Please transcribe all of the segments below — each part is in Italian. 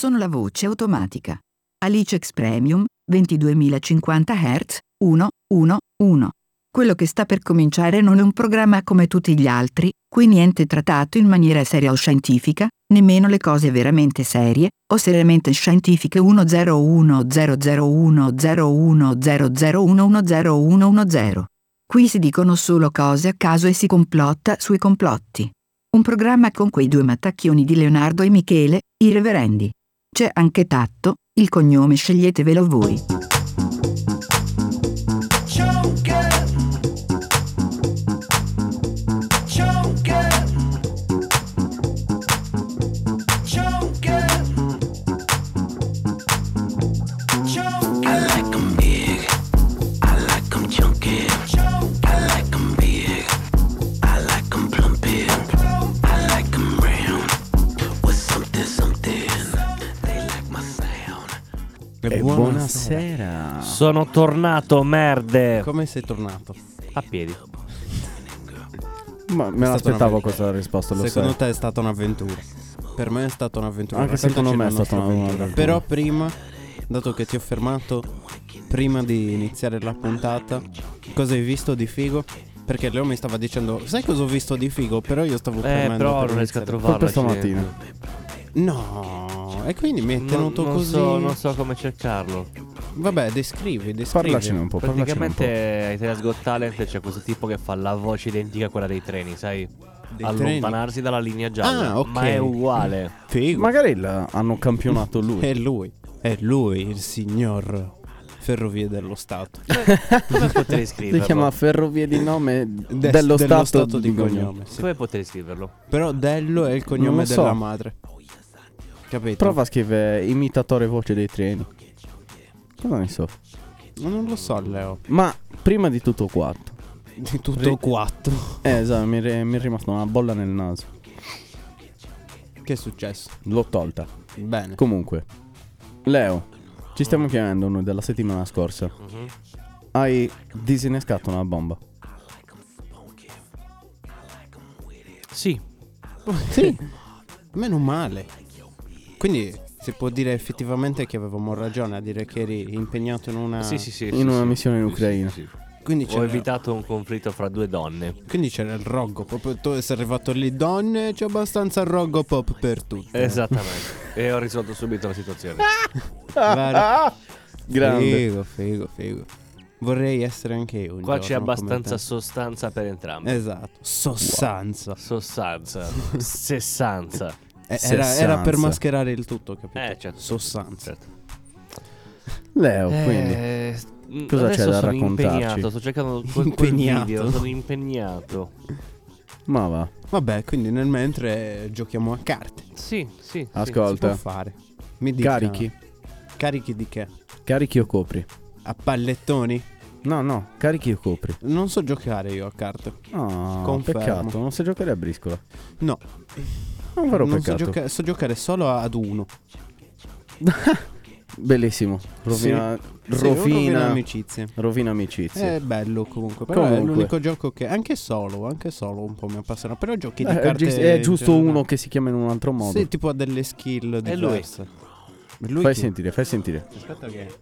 sono la voce automatica. Alicex Premium 22.050 Hz 111. Quello che sta per cominciare non è un programma come tutti gli altri, qui niente trattato in maniera seria o scientifica, nemmeno le cose veramente serie o seriamente scientifiche 1010010100110. Qui si dicono solo cose a caso e si complotta sui complotti. Un programma con quei due mattacchioni di Leonardo e Michele, i reverendi. C'è anche Tatto, il cognome sceglietevelo voi. Buonasera. Sono tornato, merde. Come sei tornato? A piedi. Ma me l'aspettavo questa risposta, lo Secondo sai. te è stata un'avventura? Per me è stata un'avventura. Anche secondo me è stata un'avventura. Però prima, dato che ti ho fermato prima di iniziare la puntata, cosa hai visto di figo? Perché Leo mi stava dicendo, sai cosa ho visto di figo? Però io stavo premendo però per non riesco a iniziare. trovarlo. Proprio stamattina. No, e quindi mi è tenuto così. Non so come cercarlo. Vabbè, descrivi. Parlacene un po', Praticamente a Italia's Got Talent c'è questo tipo che fa la voce identica a quella dei treni, sai? Allontanarsi dalla linea gialla. Ah, ok. Ma è uguale. Figo. Magari hanno campionato lui. È lui, il signor Ferrovie dello Stato. Come potrei Si scriverlo? chiama Ferrovie di nome dello Stato di cognome. cognome. Sì. Come potrei scriverlo? Però Dello è il Non cognome lo so. della madre. Capito? Prova a scrivere imitatore voce dei treni. Cosa ne so. Non lo so, Leo. Ma prima di tutto quanto. Di tutto 4. Esatto, mi è rimasta una bolla nel naso. Che è successo? L'ho tolta. Bene. Comunque, Leo, ci stiamo chiamando noi della settimana scorsa. Hai disinnescato una bomba. Sì. Sì. Meno male. Quindi si può dire effettivamente che avevamo ragione a dire che eri impegnato in una... Sì. In una missione in Ucraina. Sì. Quindi Ho c'era... evitato un conflitto fra due donne. Quindi c'era il roggo. Proprio tu sei arrivato lì, donne, c'è abbastanza roggo pop per tutti. Esattamente. E ho risolto subito la situazione. Grande. Figo. Vorrei essere anche io un Qua giorno c'è come abbastanza te. sostanza per entrambi. Esatto. Sossanza. Sossanza. Sessanza. Era per mascherare il tutto, capito? Certo. Sossanza. Certo. Leo, quindi. Cosa adesso c'è da sono raccontarci? impegnato, sto cercando quel Impegnato. video, sono impegnato. Ma va. Vabbè, quindi nel mentre giochiamo a carte. Sì. Ascolta. Si può fare. Mi dica. Carichi. Carichi di che? Carichi o copri? A pallettoni? No, carichi o copri? Non so giocare io a carte. Ah, Confermo. peccato, non sai giocare a briscola. No. Un vero Non so, peccato. so giocare solo ad uno. Bellissimo. Rovina amicizie. Rovina amicizie. È bello comunque. Però è l'unico gioco che anche solo un po' mi appassiona. Però giochi di carte È giusto uno che si chiama in un altro modo. Sì, tipo ha delle skill È lui. diverse. Lui Fai chi? sentire. Aspetta che...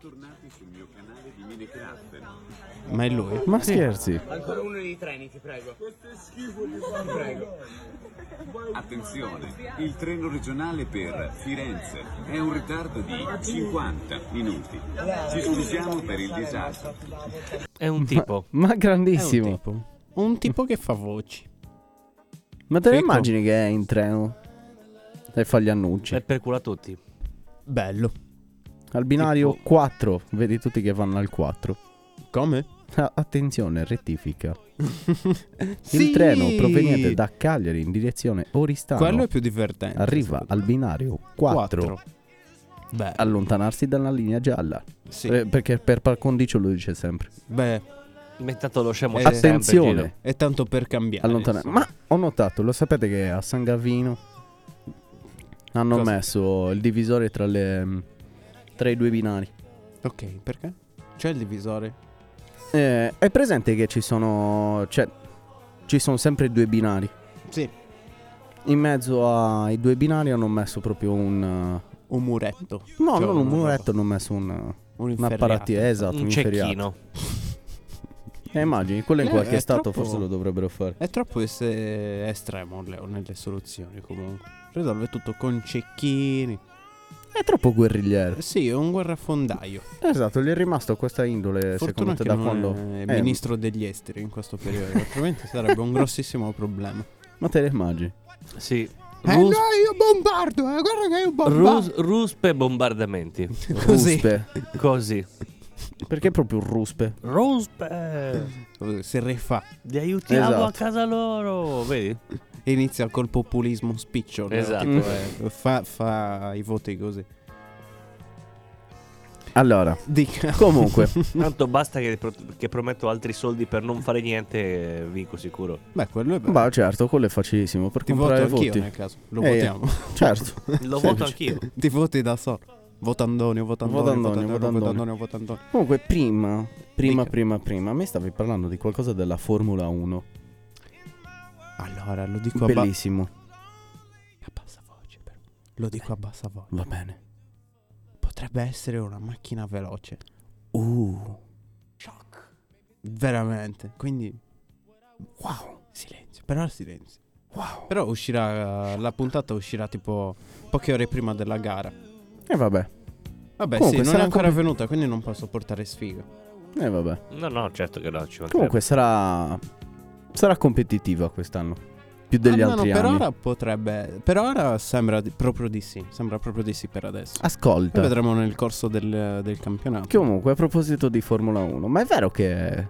Ma è lui? Ma scherzi. Ancora uno dei treni, ti prego. Questo è schifo, ti prego. Attenzione, il treno regionale per Firenze è un ritardo di 50 minuti. Ci scusiamo per il disastro. È un tipo. Ma È grandissimo. un tipo che fa voci. Ma te le Fico. immagini che è in treno e fa gli annunci? È per culo a tutti. Bello. Al binario 4, vedi tutti che vanno al 4. Come? Attenzione, rettifica. Sì! Il treno proveniente da Cagliari in direzione Oristano Quello è più divertente. arriva al binario 4. Beh, Allontanarsi dalla linea gialla. sì. Perché per par condicio lo dice sempre. Beh, Intanto lo scemo Eh, c'è sempre in giro. Attenzione, è tanto per cambiare. allontanare. Ma ho notato, lo sapete che a San Gavino hanno Cosa? messo il divisore tra i due binari. Ok, perché? C'è il divisore. È presente che ci sono sempre due binari. Sì. In mezzo ai due binari hanno messo proprio un Un muretto. No, Cioè, non un una muretto, roba. hanno messo un Inferriato. apparati, esatto, Un inferriato. cecchino. Immagini, quello in qualche è stato troppo- forse lo dovrebbero fare. È troppo estremo Leo nelle soluzioni comunque. Risolve tutto con cecchini. È troppo guerrigliero. Sì, è un guerrafondaio. Esatto, gli è rimasto questa indole, Fortuna secondo te, che da non quando... è ministro degli esteri in questo periodo, altrimenti sarebbe un grossissimo problema. Ma te le immagini? Sì. No, io bombardo, guarda che io bombardo. Ruspe bombardamenti. Così. Ruspe. Così. Perché proprio ruspe? Ruspe. Si rifà. Li aiutiamo Esatto. a casa loro. Vedi? Inizia col populismo spicciolo. Esatto. Tipo, fa i voti così. Allora, Dica. comunque, Tanto basta che prometto altri soldi per non fare niente e vinco sicuro. Beh, quello è bello. ma certo, quello è facilissimo. Per Ti voto comprare anch'io voti. nel caso. Lo Eh, votiamo. Certo. Lo voto anch'io. Ti voti da solo. Votandonio. Votandonio. Comunque, prima, a me stavi parlando di qualcosa della Formula 1. Allora, lo dico Bellissimo. a bassa voce, però. Lo dico a bassa voce. Va bene. Potrebbe essere una macchina veloce. Shock. Veramente. Quindi wow, silenzio. Però silenzio. Wow. Però uscirà la puntata uscirà tipo poche ore prima della gara. E vabbè. Vabbè, Comunque, sì, non è sarà ancora venuta, quindi non posso portare sfiga. E vabbè. No, certo che no. Ci mancherebbe. Comunque sarà competitiva quest'anno. Più degli Almeno altri per anni. ora potrebbe. Per ora sembra proprio di sì. Sembra proprio di sì per adesso. Ascolta. Poi vedremo nel corso del campionato. Comunque, a proposito di Formula 1, ma è vero che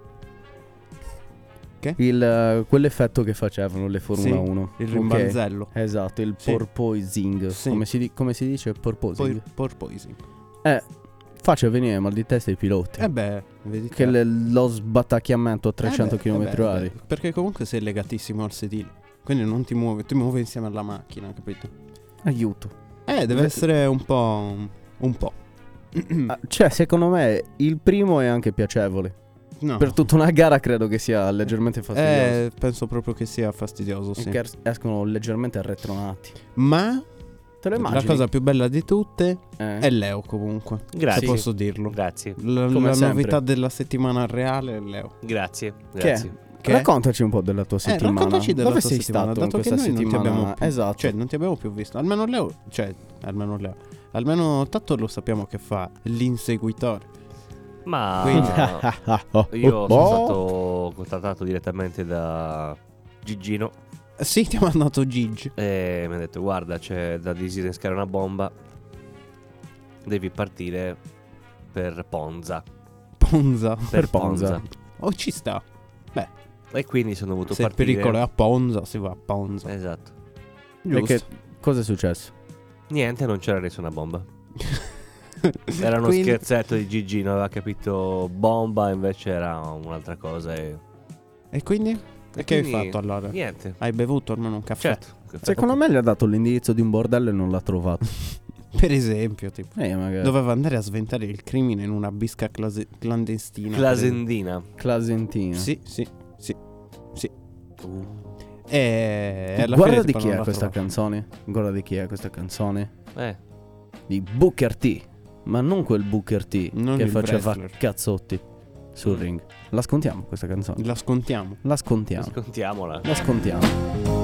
Che? quell'effetto che facevano le Formula Sì, 1, il ok? rimbalzello. Esatto, il Sì. porpoising. Sì. Come si dice? Porpoising. Poi porpoising. Faccia venire mal di testa ai piloti. Vedi Che te. lo sbatacchiamento a 300 km/h. Perché comunque sei legatissimo al sedile. Quindi non ti muovi, ti muovi insieme alla macchina, capito? Aiuto. Deve essere un po'. Cioè, secondo me, il primo è anche piacevole. No. Per tutta una gara credo che sia leggermente fastidioso. Penso proprio che sia fastidioso, sì. Che escono leggermente arretronati. Ma Te lo la immagini? cosa più bella di tutte Eh. è Leo comunque. Grazie. Se posso dirlo. Grazie. La Come sempre. novità della settimana reale è Leo. Grazie. Che? Grazie. Che? Raccontaci un po' della tua settimana. Raccontaci della Dove tua sei settimana, stato in dato che questa noi non ti settimana? abbiamo più, Esatto. Cioè non ti abbiamo più visto. Almeno Leo. Almeno Tatto lo sappiamo che fa l'inseguitore. Ma Quindi- io sono stato contattato direttamente da Gigino Sì, ti ha mandato Gigi. e mi ha detto guarda c'è da disinnescare una bomba, devi partire per Ponza. Ponza. Per Ponza. Oh, ci sta. E quindi sono dovuto Se il partire. pericolo è a Ponza, si va a Ponza. Esatto. E Giusto. che cosa è successo? Niente, non c'era nessuna bomba. Era uno Quindi- scherzetto di Gigino, aveva capito bomba, invece era un'altra cosa. E quindi? E che hai quindi fatto allora? Niente. Hai bevuto almeno un caffè? Certo. Secondo me gli ha dato l'indirizzo di un bordello e non l'ha trovato. Per esempio, tipo. Magari. Doveva andare a sventare il crimine in una bisca clandestina. Clasendina. Clasentina. Sì. E alla Guarda fine di tipo chi non è l'ha questa trovata. canzone. Guarda di chi è questa canzone. Di Booker T. Ma non quel Booker T Non che il faceva wrestler. cazzotti sul ring. La scontiamo questa canzone. La scontiamo. La scontiamo. Scontiamola. La scontiamo.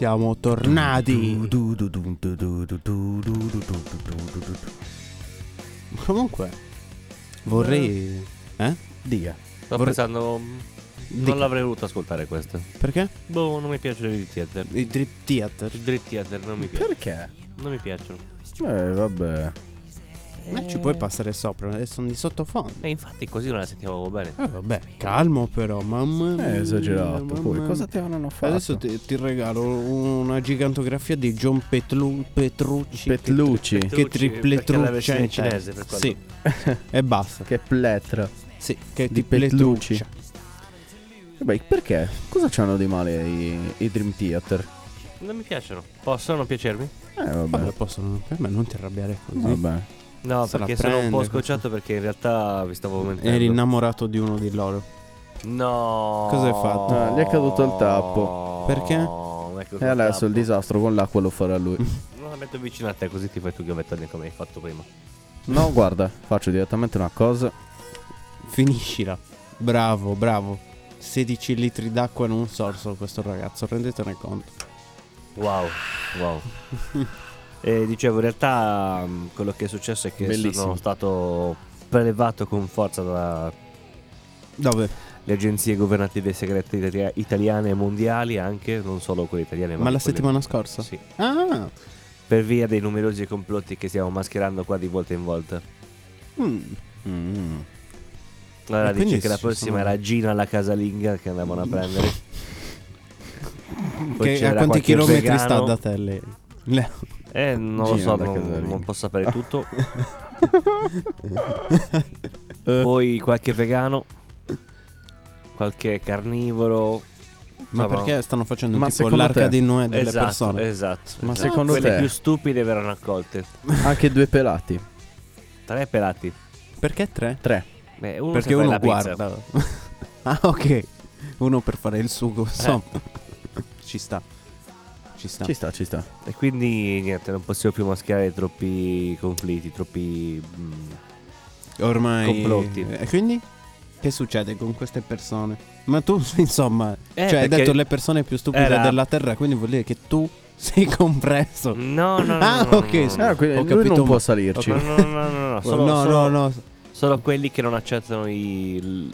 siamo tornati. Comunque vorrei Dica. Sto pensando. Non l'avrei voluto ascoltare questo. Perché? Boh, non mi piacciono i theater. I Drip Theater. I Dream Theater non mi piacciono. Perché? Non mi piacciono. Vabbè. Ma ci puoi passare sopra, sono di sottofondo. E infatti così non la sentiamo bene. Vabbè, calmo però, mamma mia. Esagerato. mamma Poi mia. cosa ti avranno fatto? Adesso ti regalo una gigantografia di John Petrucci. Petlucci. Che Perché è la versione tripletruccia. cinese, per quello. Sì. E basta. Che pletra. Sì, che Di Petlucci. tripletruccia. Beh, perché? Cosa c'hanno di male i Dream Theater? Non mi piacciono. Possono non piacermi? Vabbè, Vabbè. possono. Ma non ti arrabbiare così. Vabbè. No, Se la perché sono un po' prende, scocciato perché in realtà vi stavo mentendo. Eri innamorato di uno di loro. No. Cosa hai fatto? Ah, gli è caduto il tappo. Perché? Mi è caduto E adesso il tappo. disastro con l'acqua lo farà lui. Non la metto vicino a te così ti fai tu ghiombettoni come hai fatto prima. No, guarda, faccio direttamente una cosa. Finiscila. Bravo, bravo. 16 litri d'acqua in un sorso questo ragazzo, rendetene conto. Wow. E dicevo, in realtà quello che è successo è che Bellissimo. sono stato prelevato con forza dalle Dove? agenzie governative segrete italiane e mondiali, anche, non solo quelle italiane. Ma la quelle- settimana scorsa? Sì. Ah. Per via dei numerosi complotti che stiamo mascherando qua di volta in volta. Allora E quindi dice che la ci prossima sono- era Gina alla casalinga che andavano a prendere. Poi Che, a c'era quanti qualche chilometri vegano. sta da te lei? Non lo Gina so, alla non, casalinga. non posso sapere tutto. Poi qualche vegano, qualche carnivoro. Ma Insomma, perché stanno facendo Ma tipo secondo l'arca te? di Noè delle esatto, persone? esatto. Ma esatto. secondo Quelle te? più stupide verranno accolte. Anche due pelati. 3 pelati. Perché 3? 3. Beh, uno Perché se fa uno la pizza. guarda. Ah, ok. Uno per fare il sugo, insomma. Ci sta. Ci sta. Ci sta. E quindi niente, non possiamo più mascherare troppi conflitti, troppi Ormai. complotti. E quindi? Che succede con queste persone? Ma tu, insomma, cioè hai perché detto le persone più stupide era- della terra, quindi vuol dire che tu sei compreso. No, Ah, no, ok, no, sì. no. Ah, quindi Ho lui capito, non può ma- salirci. No, No. solo quelli che non accettano il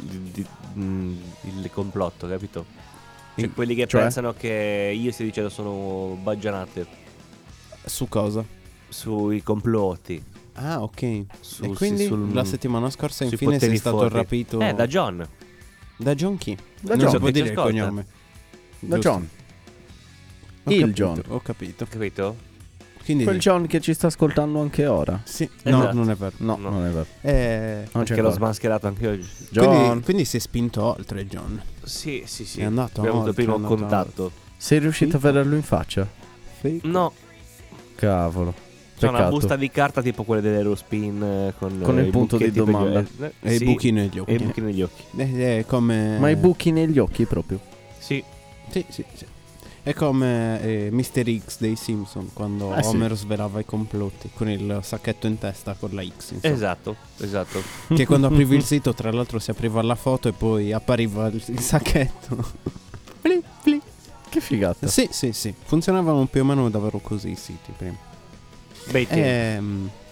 complotto, capito? Cioè Il- quelli che cioè? pensano che io stia dicendo sono baggianate Su cosa? sui complotti. Ah, ok. Su- E quindi sul- la settimana scorsa sui infine sei poteri stato forti. rapito Da John. da John chi? Da Non John. si può Che ci dire il ascolta. cognome. Da Giusto. John. Ho Il capito, John. Ho capito. Capito? Quindi Quel John che ci sta ascoltando anche ora. sì. No, Esatto. non è vero. No, No. non è vero. Non Perché l'ho smascherato anche oggi. John, Quindi si è spinto oltre John. Sì. È andato Abbiamo avuto il oltre, primo è andato contatto. sei riuscito a vederlo in faccia? No, Cavolo. c'è una Peccato. busta di carta tipo quelle dell'Eurospin con il i punto di buchetti per gli- domanda. E sì, i buchi negli occhi. E i buchi negli occhi. È come Ma i buchi negli occhi proprio. Sì. Sì. È come Mr. X dei Simpson quando Sì. Homer svelava i complotti con il sacchetto in testa con la X, insomma. Esatto. Che quando aprivi il sito, tra l'altro, si apriva la foto e poi appariva il sacchetto. Pli, pli. Che figata. Sì. Funzionavano più o meno davvero così i siti prima. Bei tempi.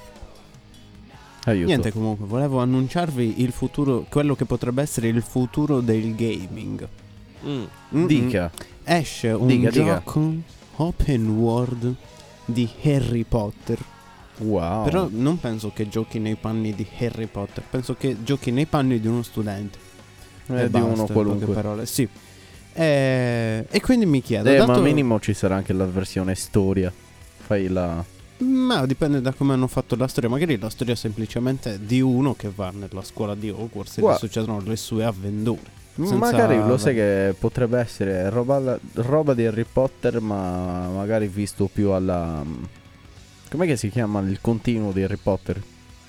Aiuto. Niente, comunque, volevo annunciarvi il futuro, quello che potrebbe essere il futuro del gaming. Dica. Esce un Dica. gioco open world di Harry Potter. Wow. Però non penso che giochi nei panni di Harry Potter, penso che giochi nei panni di uno studente. E di basta, uno in poche qualunque. parole. Sì. E quindi mi chiedo, Ma dato- minimo ci sarà anche la versione storia. Fai la... ma dipende da come hanno fatto la storia. Magari la storia è semplicemente di uno che va nella scuola di Hogwarts e gli succedono le sue avventure. Senza- Magari lo sai che potrebbe essere roba di Harry Potter, ma magari visto più alla... Com'è che si chiama il continuo di Harry Potter?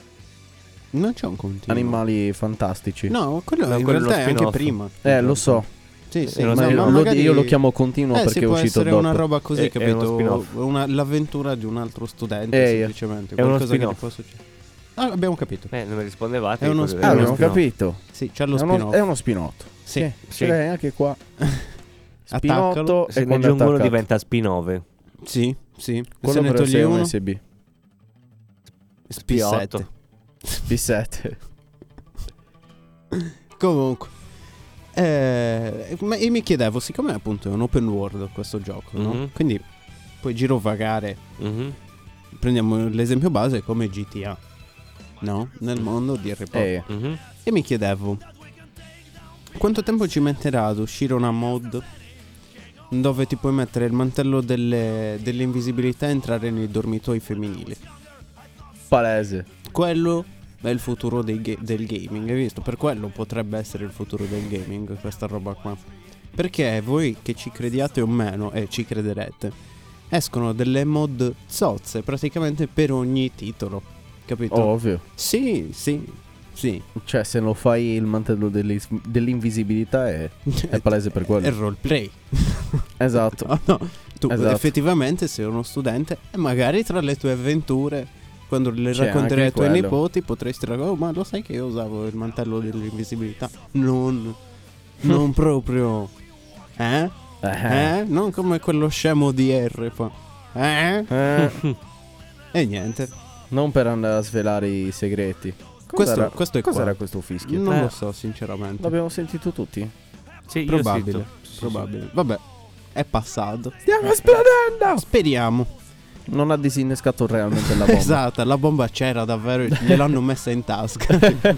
Non c'è un continuo. Animali fantastici. No, quello No, in quello è realtà lo è anche spin-off. prima. Lo so. Sì, lo Ma so, io, no, magari- io lo chiamo continuo si perché è può uscito essere dopo. una roba così, È uno capito? spin-off. L'avventura di un altro studente, semplicemente. È uno Qualcosa che gli spin-off. può succedere. Ah, abbiamo capito. Non mi rispondevate. È uno così- spin-off. Abbiamo spin-off. capito. Sì, c'è lo È spin-off. uno spinotto. Sì. Sì. Anche qua. attaccalo. Se ne quando aggiungo uno attaccato. diventa Spin9. Sì, sì. Quello Se ne per togli essere un uno, USB. P7. P7. Comunque, ma io mi chiedevo, siccome appunto è un open world questo gioco, no? Mhm. Quindi puoi girovagare. Mhm. Prendiamo l'esempio base come GTA, no? Nel mondo di Harry Potter. Mhm. E mi chiedevo, quanto tempo ci metterà ad uscire una mod dove ti puoi mettere il mantello dell'invisibilità e entrare nei dormitoi femminili? Palese. Quello è il futuro del gaming, hai visto? Per quello potrebbe essere il futuro del gaming, questa roba qua. Perché voi che ci crediate o meno, e ci crederete, escono delle mod zozze praticamente per ogni titolo, capito? Ovvio. Sì. Cioè, se non fai il mantello dell'invisibilità è palese per quello. È roleplay. Esatto. No. Tu Esatto. effettivamente sei uno studente e magari tra le tue avventure, quando le C'è racconterai ai anche tuoi quello. nipoti, potresti raccontare: oh, ma lo sai che io usavo il mantello dell'invisibilità? Non proprio. Non come quello scemo di R fa. E niente. Non per andare a svelare i segreti. Questo è Cos'era qua. questo fischio? Non lo so sinceramente. L'abbiamo sentito tutti? Sì, io Probabile. ho Probabile. Vabbè, è passato. Stiamo esplodendo! Speriamo. Non ha disinnescato realmente la bomba. Esatto, la bomba c'era davvero, gliel'hanno messa in tasca.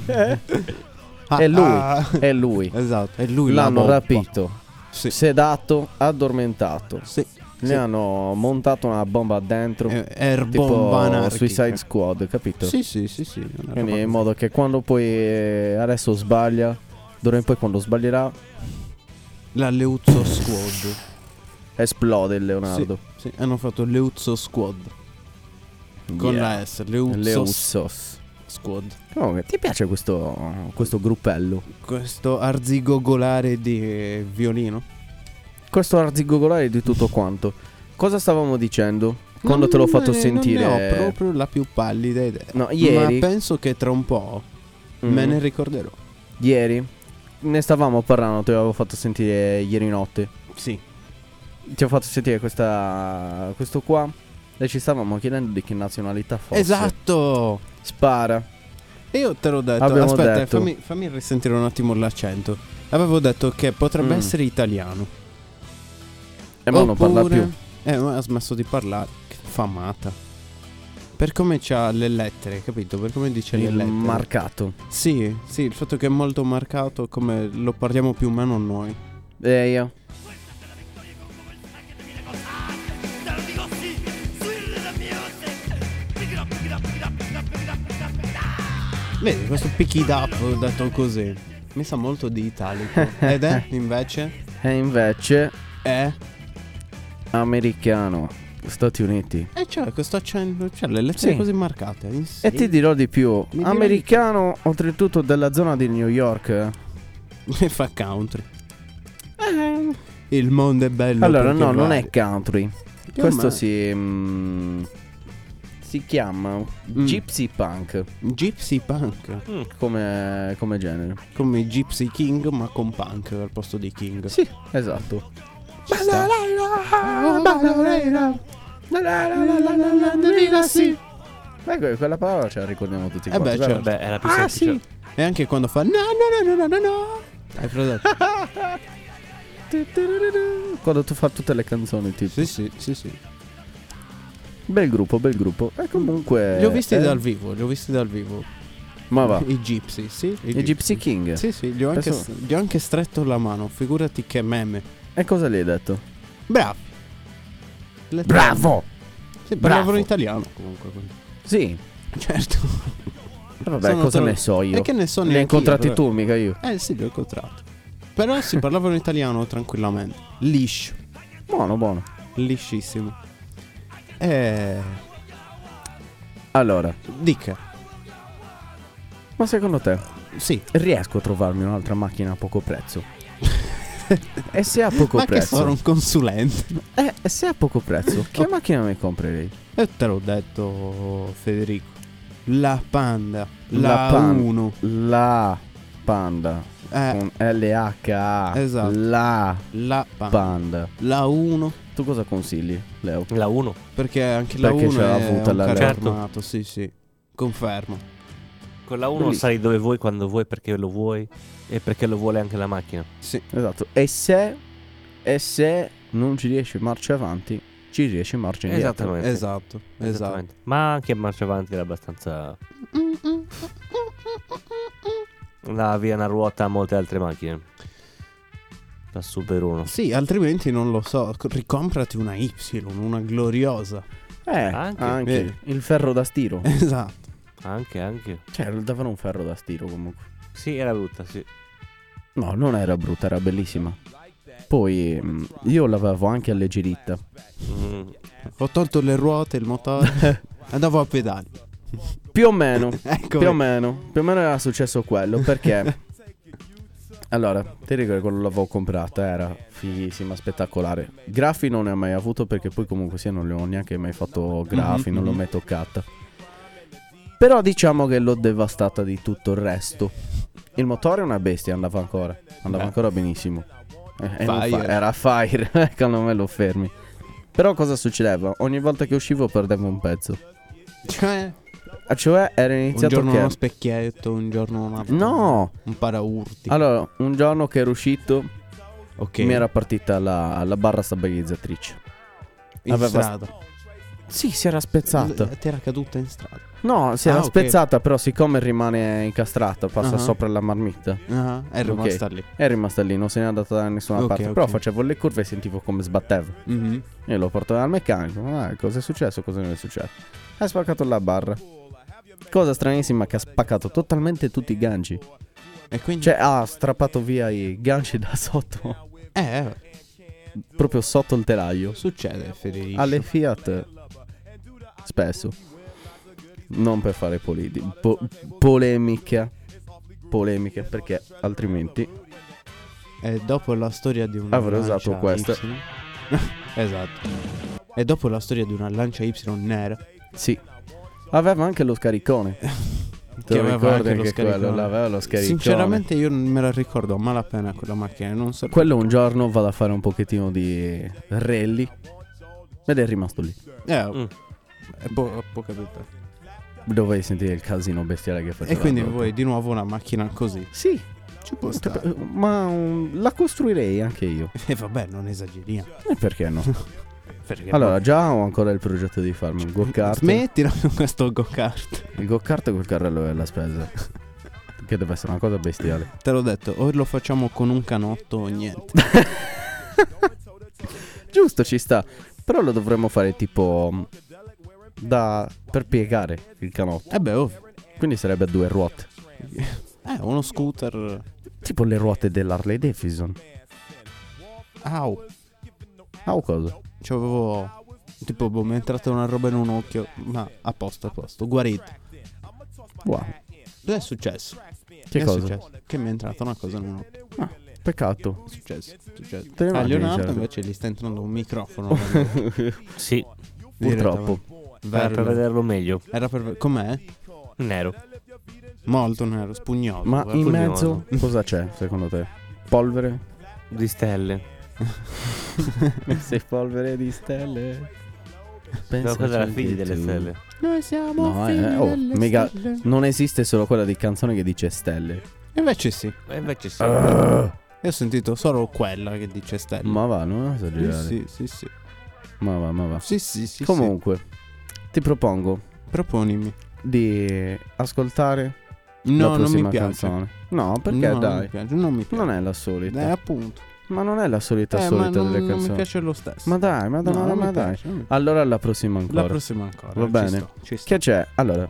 È lui, è lui. Esatto, è lui la L'hanno bomba. rapito, Sì. sedato, addormentato. Sì. Ne hanno montato una bomba dentro. Air tipo bomba anarchica. Suicide Squad, capito? Sì. Una Quindi roba in così. modo che quando poi adesso sbaglia, d'ora in poi quando sbaglierà La Leuzzo Squad. esplode il Leonardo. Sì, hanno fatto Leuzzo Squad. Con Yeah. la S, Leuzzo Leuzos. Squad. Comunque, ti piace questo gruppello? Questo arzigogolare di violino. Questo arzigogolare di tutto quanto. Cosa stavamo dicendo? Quando te l'ho fatto sentire. Non ne ho proprio la più pallida idea. No, ieri. Ma penso che tra un po' me ne ricorderò. Ieri ne stavamo parlando, ti avevo fatto sentire ieri notte. Sì. Ti ho fatto sentire questo qua. E ci stavamo chiedendo di che nazionalità fosse. Esatto. Spara. E io te l'ho detto. Abbiamo Aspetta, detto. fammi risentire un attimo l'accento. Avevo detto che potrebbe essere italiano. Ma non parla più. Ma ha smesso di parlare. Che famata. Per come c'ha le lettere, capito? Per come dice le Il lettere. marcato. Sì, il fatto che è molto marcato come lo parliamo più o meno noi. Io. Vedi, questo pick it up detto così mi sa molto di italico. Ed è invece? E invece È? americano. Stati Uniti. E c'è questo accento, c'è le lettere Sì. così marcate. E ti dirò di più. Mi dirò Americano, oltretutto della zona di New York. Mi fa country. Il mondo è bello. Allora, perché no, non vale. è country. Più o Questo meno. si chiama Gypsy Punk Gypsy punk. come genere. Come i Gypsy King, ma con punk al posto di King. Sì, esatto. Ci sta. Ecco, quella parola ce la ricordiamo tutti Eh beh, quanti. vero? certo. Beh, è la più semplice. sì. E anche quando fa no. Hai presente? Quando tu fai tutte le canzoni tipo. Sì. Bel gruppo. E comunque Li ho visti dal vivo. Ma va. I Gypsy, sì. I Gypsy King. Sì, gli ho anche stretto la mano. Figurati che meme. E cosa gli hai detto? Bravo. Bravo. Sì, parlavano Bravo. italiano comunque. Sì. Certo. Vabbè, Sono cosa tra- ne so io? E che ne so Li hai neanche io, incontrati però. tu, mica io. Sì, li ho incontrati. Però si parlavano italiano tranquillamente. Liscio. Buono. Liscissimo. Allora, Dica. ma secondo te Sì. riesco a trovarmi un'altra macchina a poco prezzo? E se a poco Ma che prezzo? sono un consulente. E se a poco prezzo, che macchina mi comprerei? E te l'ho detto, Federico. La Panda. La La Pan- 1. La Panda. Con LHA. Esatto. La Panda. Panda. La 1. Tu cosa consigli, Leo? La 1. Perché anche la Perché 1 ce l'ha è avuta un la carro Certo. armato. Sì. Confermo. Con la 1 Bellissimo. sai dove vuoi, quando vuoi, perché lo vuoi e perché lo vuole anche la macchina. Sì. Esatto. E se non ci riesci marcia avanti, ci riesci marcia indietro. Esattamente. Esatto. Esattamente. Ma anche a marcia avanti era abbastanza. La via una ruota a molte altre macchine. La Super 1. Sì, altrimenti non lo so. Ricomprati una Y, una gloriosa. Anche. Il ferro da stiro. Esatto. Anche. Cioè, davano un ferro da stiro comunque. Sì, era brutta, sì. No, non era brutta, era bellissima. Poi io l'avevo anche alleggerita. Ho tolto le ruote, il motore. Andavo a pedali. Più o meno. Ecco. Più o meno era successo quello. Perché allora, ti ricordi quando l'avevo comprata? Era fighissima, spettacolare. Grafi non ne ho mai avuto, perché poi comunque sia non le ho neanche mai fatto grafi, non l'ho mai toccata. Però diciamo che l'ho devastata di tutto il resto. Il motore è una bestia, andava ancora benissimo. E non Fire. era fire, quando me lo fermi. Però cosa succedeva? Ogni volta che uscivo perdevo un pezzo. Cioè era Un iniziato giorno che uno specchietto, un giorno una... No! Un paraurti. Allora, un giorno che ero uscito, Ok. mi era partita la barra stabilizzatrice. In aveva- strada. Sì, si era spezzata. Ti era caduta in strada. No, si era ok. spezzata, però siccome rimane incastrata, passa Ah. sopra la marmitta. È rimasta lì. È rimasta lì, non se n'è andata da nessuna Ok, parte. ok. Però facevo le curve e sentivo come sbattevo. Mhm. Io lo porto dal meccanico. Cosa è successo? Cosa non è successo? Ha spaccato la barra. Cosa stranissima, che ha spaccato totalmente tutti i ganci. E quindi... Cioè ha strappato via i ganci da sotto. Proprio sotto il telaio. Succede, Federico. Alle Fiat spesso. Non per fare polemiche, perché altrimenti E dopo la storia di una avrei Lancia usato questa. Y. Esatto. E dopo la storia di una Lancia Y nera. sì. Aveva anche lo scaricone. Te lo aveva ricordi anche lo che scaricone. quello l'aveva lo scaricone? Sinceramente io non me la ricordo a malapena quella macchina. Non so. Quello un giorno vado a fare un pochettino di rally ed è rimasto lì. È può capitare. Dovevi sentire il casino bestiale che faceva. E quindi vuoi di nuovo una macchina così? Sì, Ci può stare. ma la costruirei anche io. E vabbè, non esageriamo. E perché no? Perché Allora, già ho ancora il progetto di farmi un go-kart. smettila con questo go-kart. Il go-kart col carrello è la spesa. Che deve essere una cosa bestiale. Te l'ho detto, o lo facciamo con un canotto o niente. Giusto, ci sta. Però lo dovremmo fare tipo per piegare il canotto. Ovvio. Quindi sarebbe a 2 ruote. Uno scooter. Tipo le ruote dell'Harley Davidson. Au. Ah, cosa? C'avevo. Tipo, mi è entrata una roba in un occhio. Ma a posto, guarito. Wow. Cosa è successo? Che è cosa? successo? Che mi è entrata una cosa in un occhio. Peccato. È successo. Te ne A immagini, Leonardo certo. invece gli sta entrando un microfono. Sì, Purtroppo. era per vederlo meglio. Era per. Com'è? Nero. Molto nero, spugnoso. Ma guarda. in Pugnoso. mezzo cosa c'è secondo te? Polvere? Di stelle. Sei polvere di stelle. No, quella era figli delle tu. stelle. Noi siamo No, figli delle mega. stelle. Non esiste solo quella di canzone che dice stelle. Invece sì. E invece sì. Io ho sentito solo quella che dice stelle. Ma va, non esagerare. Sì. Ma va. Sì. Comunque, ti propongo Proponimi. di ascoltare No, la non prossima mi piace. canzone. No, perché No, dai? non mi piace. Non è la solita. Appunto. Ma non è la solita ma solita non, delle non mi canzoni. piace lo stesso. Ma dai, No, non ma mi dai. piace, non mi piace. Allora la prossima ancora. La prossima ancora. Va ci bene. sto, ci sto. Che c'è? Allora,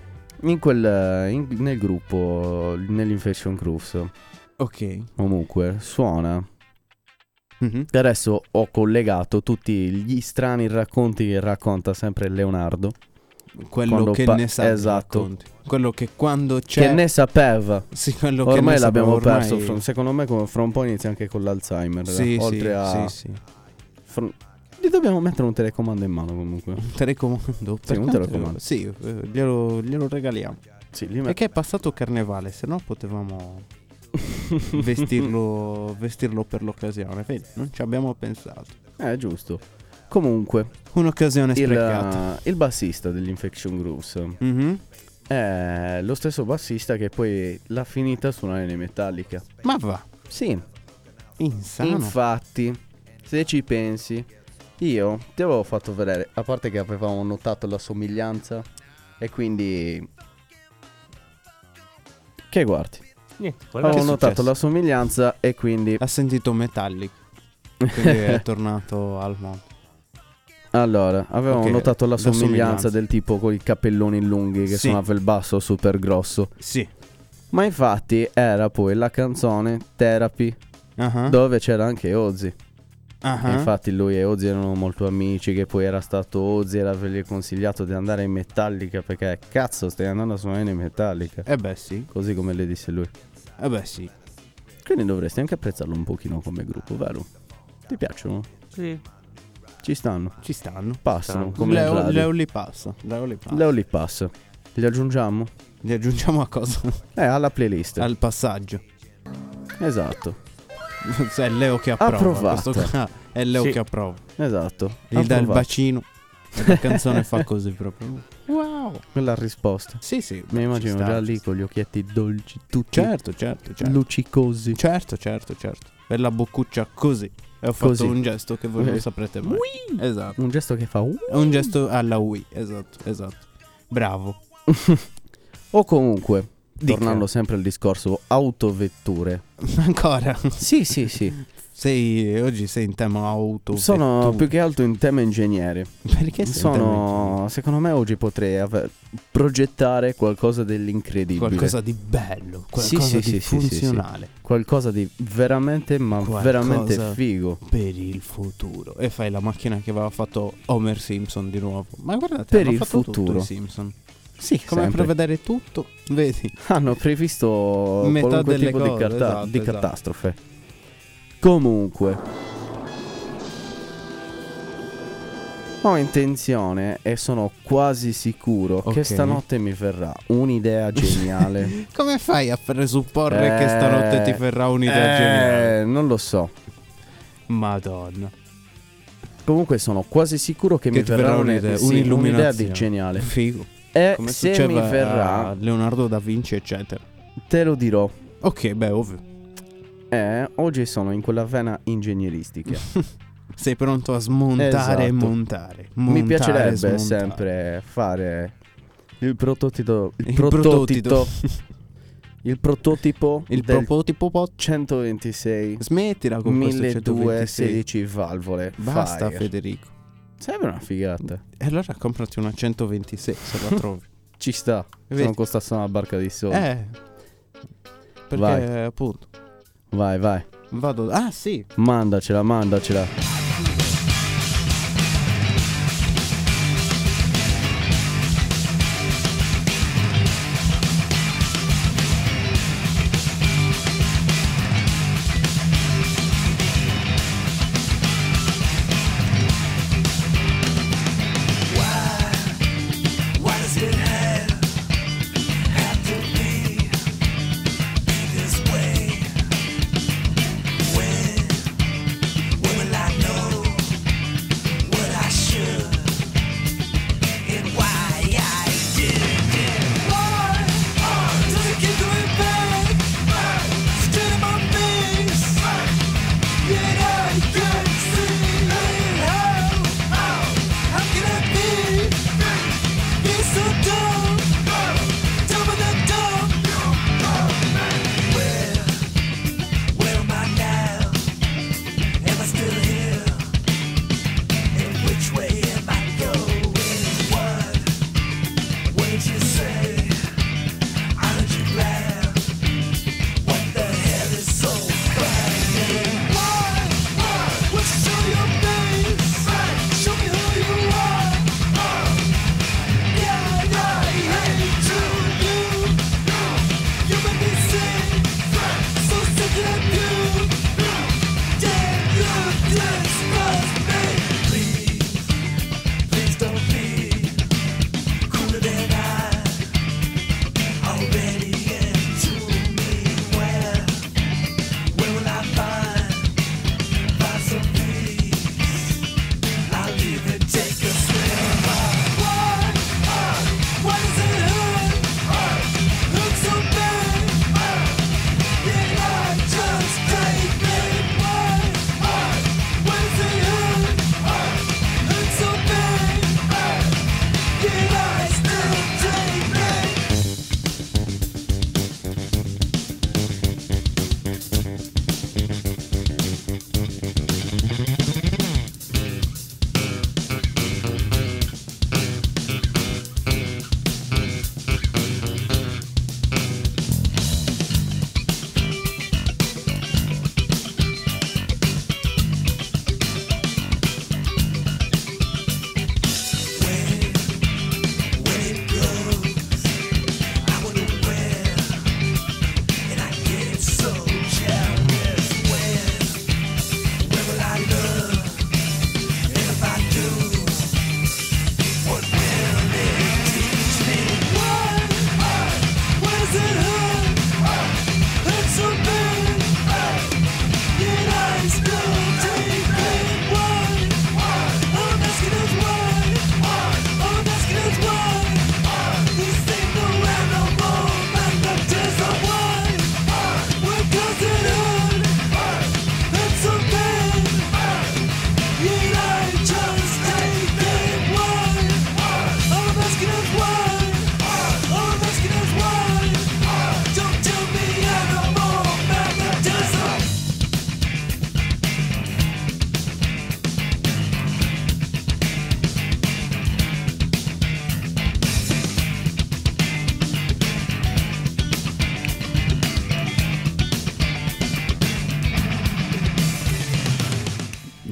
nel gruppo, nell'Infection Grooves, Ok. comunque, suona. Mhm. E adesso ho collegato tutti gli strani racconti che racconta sempre Leonardo. Quello Quando che ne sa. esatto. racconti. Quello che quando c'è. Che ne sapeva. Sì, quello che Ormai ne l'abbiamo sapeva, ormai- perso. Secondo me fra un po' inizia anche con l'Alzheimer. Sì, Oltre a... sì. Gli dobbiamo mettere un telecomando in mano comunque. Un telecomando. Sì, un telecomando. Sì, glielo regaliamo. Sì, lì Perché è passato carnevale, se no potevamo vestirlo per l'occasione. Vedi, non ci abbiamo pensato. Giusto. Comunque, Un'occasione sprecata. il bassista degli Infection Grooves Mhm. è lo stesso bassista che poi l'ha finita a suonare nei Metallica. Ma va, Sì, insano. infatti, se ci pensi, io ti avevo fatto vedere, a parte che avevamo notato la somiglianza e quindi... Che guardi? Niente, Avevo notato successo? la somiglianza e quindi... Ha sentito Metallic, quindi è tornato al mondo. Allora, avevamo Ok, notato la la somiglianza somiglianza. del tipo con i cappelloni lunghi che Sì. suonava il basso super grosso. Sì. Ma infatti era poi la canzone Therapy Ah. dove c'era anche Ozzy. Ah. E infatti lui e Ozzy erano molto amici, che poi era stato Ozzy e avergli consigliato di andare in Metallica perché cazzo stai andando a suonare in Metallica. Eh beh sì, Così come le disse lui. eh beh sì. Quindi dovresti anche apprezzarlo un pochino come gruppo, vero? Ti piacciono? Sì. Ci stanno, Ci stanno. passano come il Leo radio. li passa. Leo li passa. Li aggiungiamo? Li aggiungiamo a cosa? Alla playlist. Al passaggio. Esatto, È Leo che approva. Approvato. Questo qua è Leo Sì. che approva. esatto. Gli dà il Approvato. bacino e la canzone fa così proprio. Wow. Quella risposta. Sì, sì. Mi immagino ci sta, già ci lì sta. con gli occhietti dolci, tutti Certo. luccicosi. Certo. Per la boccuccia così. E ho fatto Così. un gesto che voi non saprete mai. Esatto. Un gesto che fa È un gesto alla Wii. Esatto. Bravo. O comunque, Dica. tornando sempre al discorso autovetture. Ancora. Sì. Oggi sei in tema auto. Sono vetture. più che altro in tema ingegnere. Perché sei in tema Secondo me oggi potrei progettare qualcosa dell'incredibile. qualcosa di bello, Sì, qualcosa sì, di sì, funzionale Qualcosa di veramente, ma Qualcosa veramente figo. per il futuro. E fai la macchina che aveva fatto Homer Simpson di nuovo. Ma guardate, Per hanno il fatto tutto futuro. i Simpson. Sì, Come sempre. prevedere tutto, vedi? Hanno previsto Metà qualunque delle tipo cose, esatto, di esatto. catastrofe. Comunque, ho intenzione e sono quasi sicuro che Ok. stanotte mi verrà un'idea geniale. Come fai a presupporre che stanotte ti verrà un'idea geniale? Non lo so. Madonna. Comunque sono quasi sicuro che mi ti verrà un'idea, un'idea un'illuminazione. di geniale. Figo. E Come se succede mi a verrà, Leonardo da Vinci, eccetera. te lo dirò. Ok, beh, ovvio. Oggi sono in quella vena ingegneristica. Sei pronto a smontare e Esatto. montare. Mi Montare e piacerebbe smontare. sempre fare il prototipo. Il prototipo. Il prototipo Il del prototipo pot. 126 Smettila con questo 126. 1216 valvole. Basta, Fire. Federico. Sarebbe una figata. E allora comprati una 126 se la trovi. Ci sta. Se Vedi? non costasse una barca di soldi. Perché Vai. appunto Vai. vado. Ah, sì. Mandacela. When will I know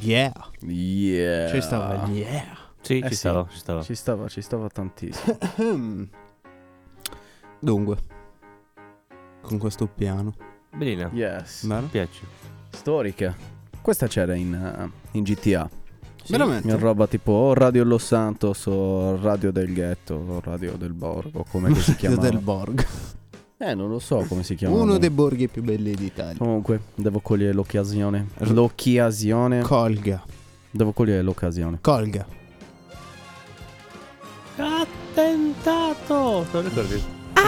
Yeah. Yeah. Ci stava yeah. Sì, Eh ci sì. stava. Ci stava tantissimo. Dunque, con questo piano. Bene, Yes. Bene. mi piace. Storica. Questa c'era in GTA. Veramente? In roba tipo o Radio Los Santos o Radio del Ghetto o Radio del Borgo, come che si chiama? del Borg. Non lo so come si chiama. Uno dei borghi più belli d'Italia. Comunque, devo cogliere l'occasione. L'occasione. Colga. Devo cogliere l'occasione. Colga. Attentato! Te lo ricordi?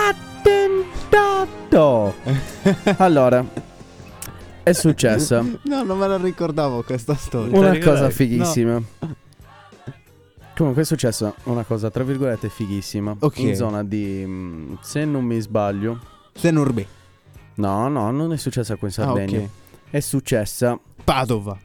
Attentato! Allora, è successa No, non me la ricordavo questa storia. una ricordavi? cosa fighissima. Comunque è successa una cosa tra virgolette fighissima. Ok. In zona di, se non mi sbaglio, Senurbe. no, non è successa qui in Sardegna. ok. È successa. Padova.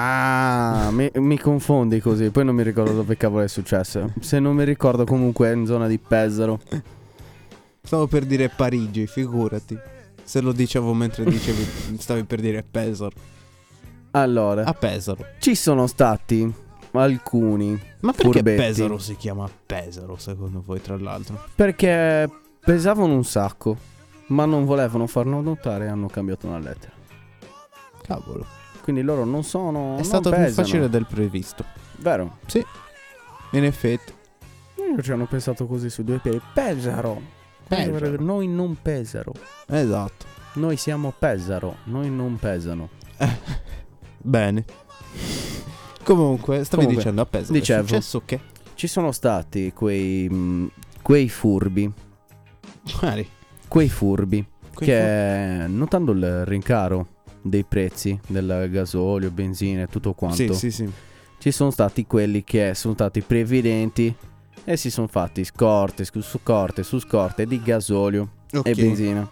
Mi confondi così. Poi non mi ricordo dove cavolo è successa. Se non mi ricordo, comunque è in zona di Pesaro. Stavo per dire Parigi, figurati. Se lo dicevo mentre dicevi stavi per dire Pesaro. Allora, A Pesaro. ci sono stati alcuni. Ma perché furbetti. Pesaro si chiama Pesaro secondo voi, tra l'altro? Perché pesavano un sacco, ma non volevano farlo notare e hanno cambiato una lettera. Cavolo. Quindi loro non sono. È non stato più pesano. facile del previsto. Vero? In effetti. Io ci hanno pensato così su due piedi. Pesaro. Pesaro. Noi non Pesaro. Esatto. Noi siamo Pesaro. Noi non pesano. Bene. Comunque, stavi Comunque, dicendo a Pesaro. dicevo. È successo che? Ci sono stati quei furbi. Magari. Quei furbi. Che notando il rincaro dei prezzi del gasolio, benzina e tutto quanto, Sì. ci sono stati quelli che sono stati previdenti e si sono fatti scorte su scorte di gasolio Ok. e benzina.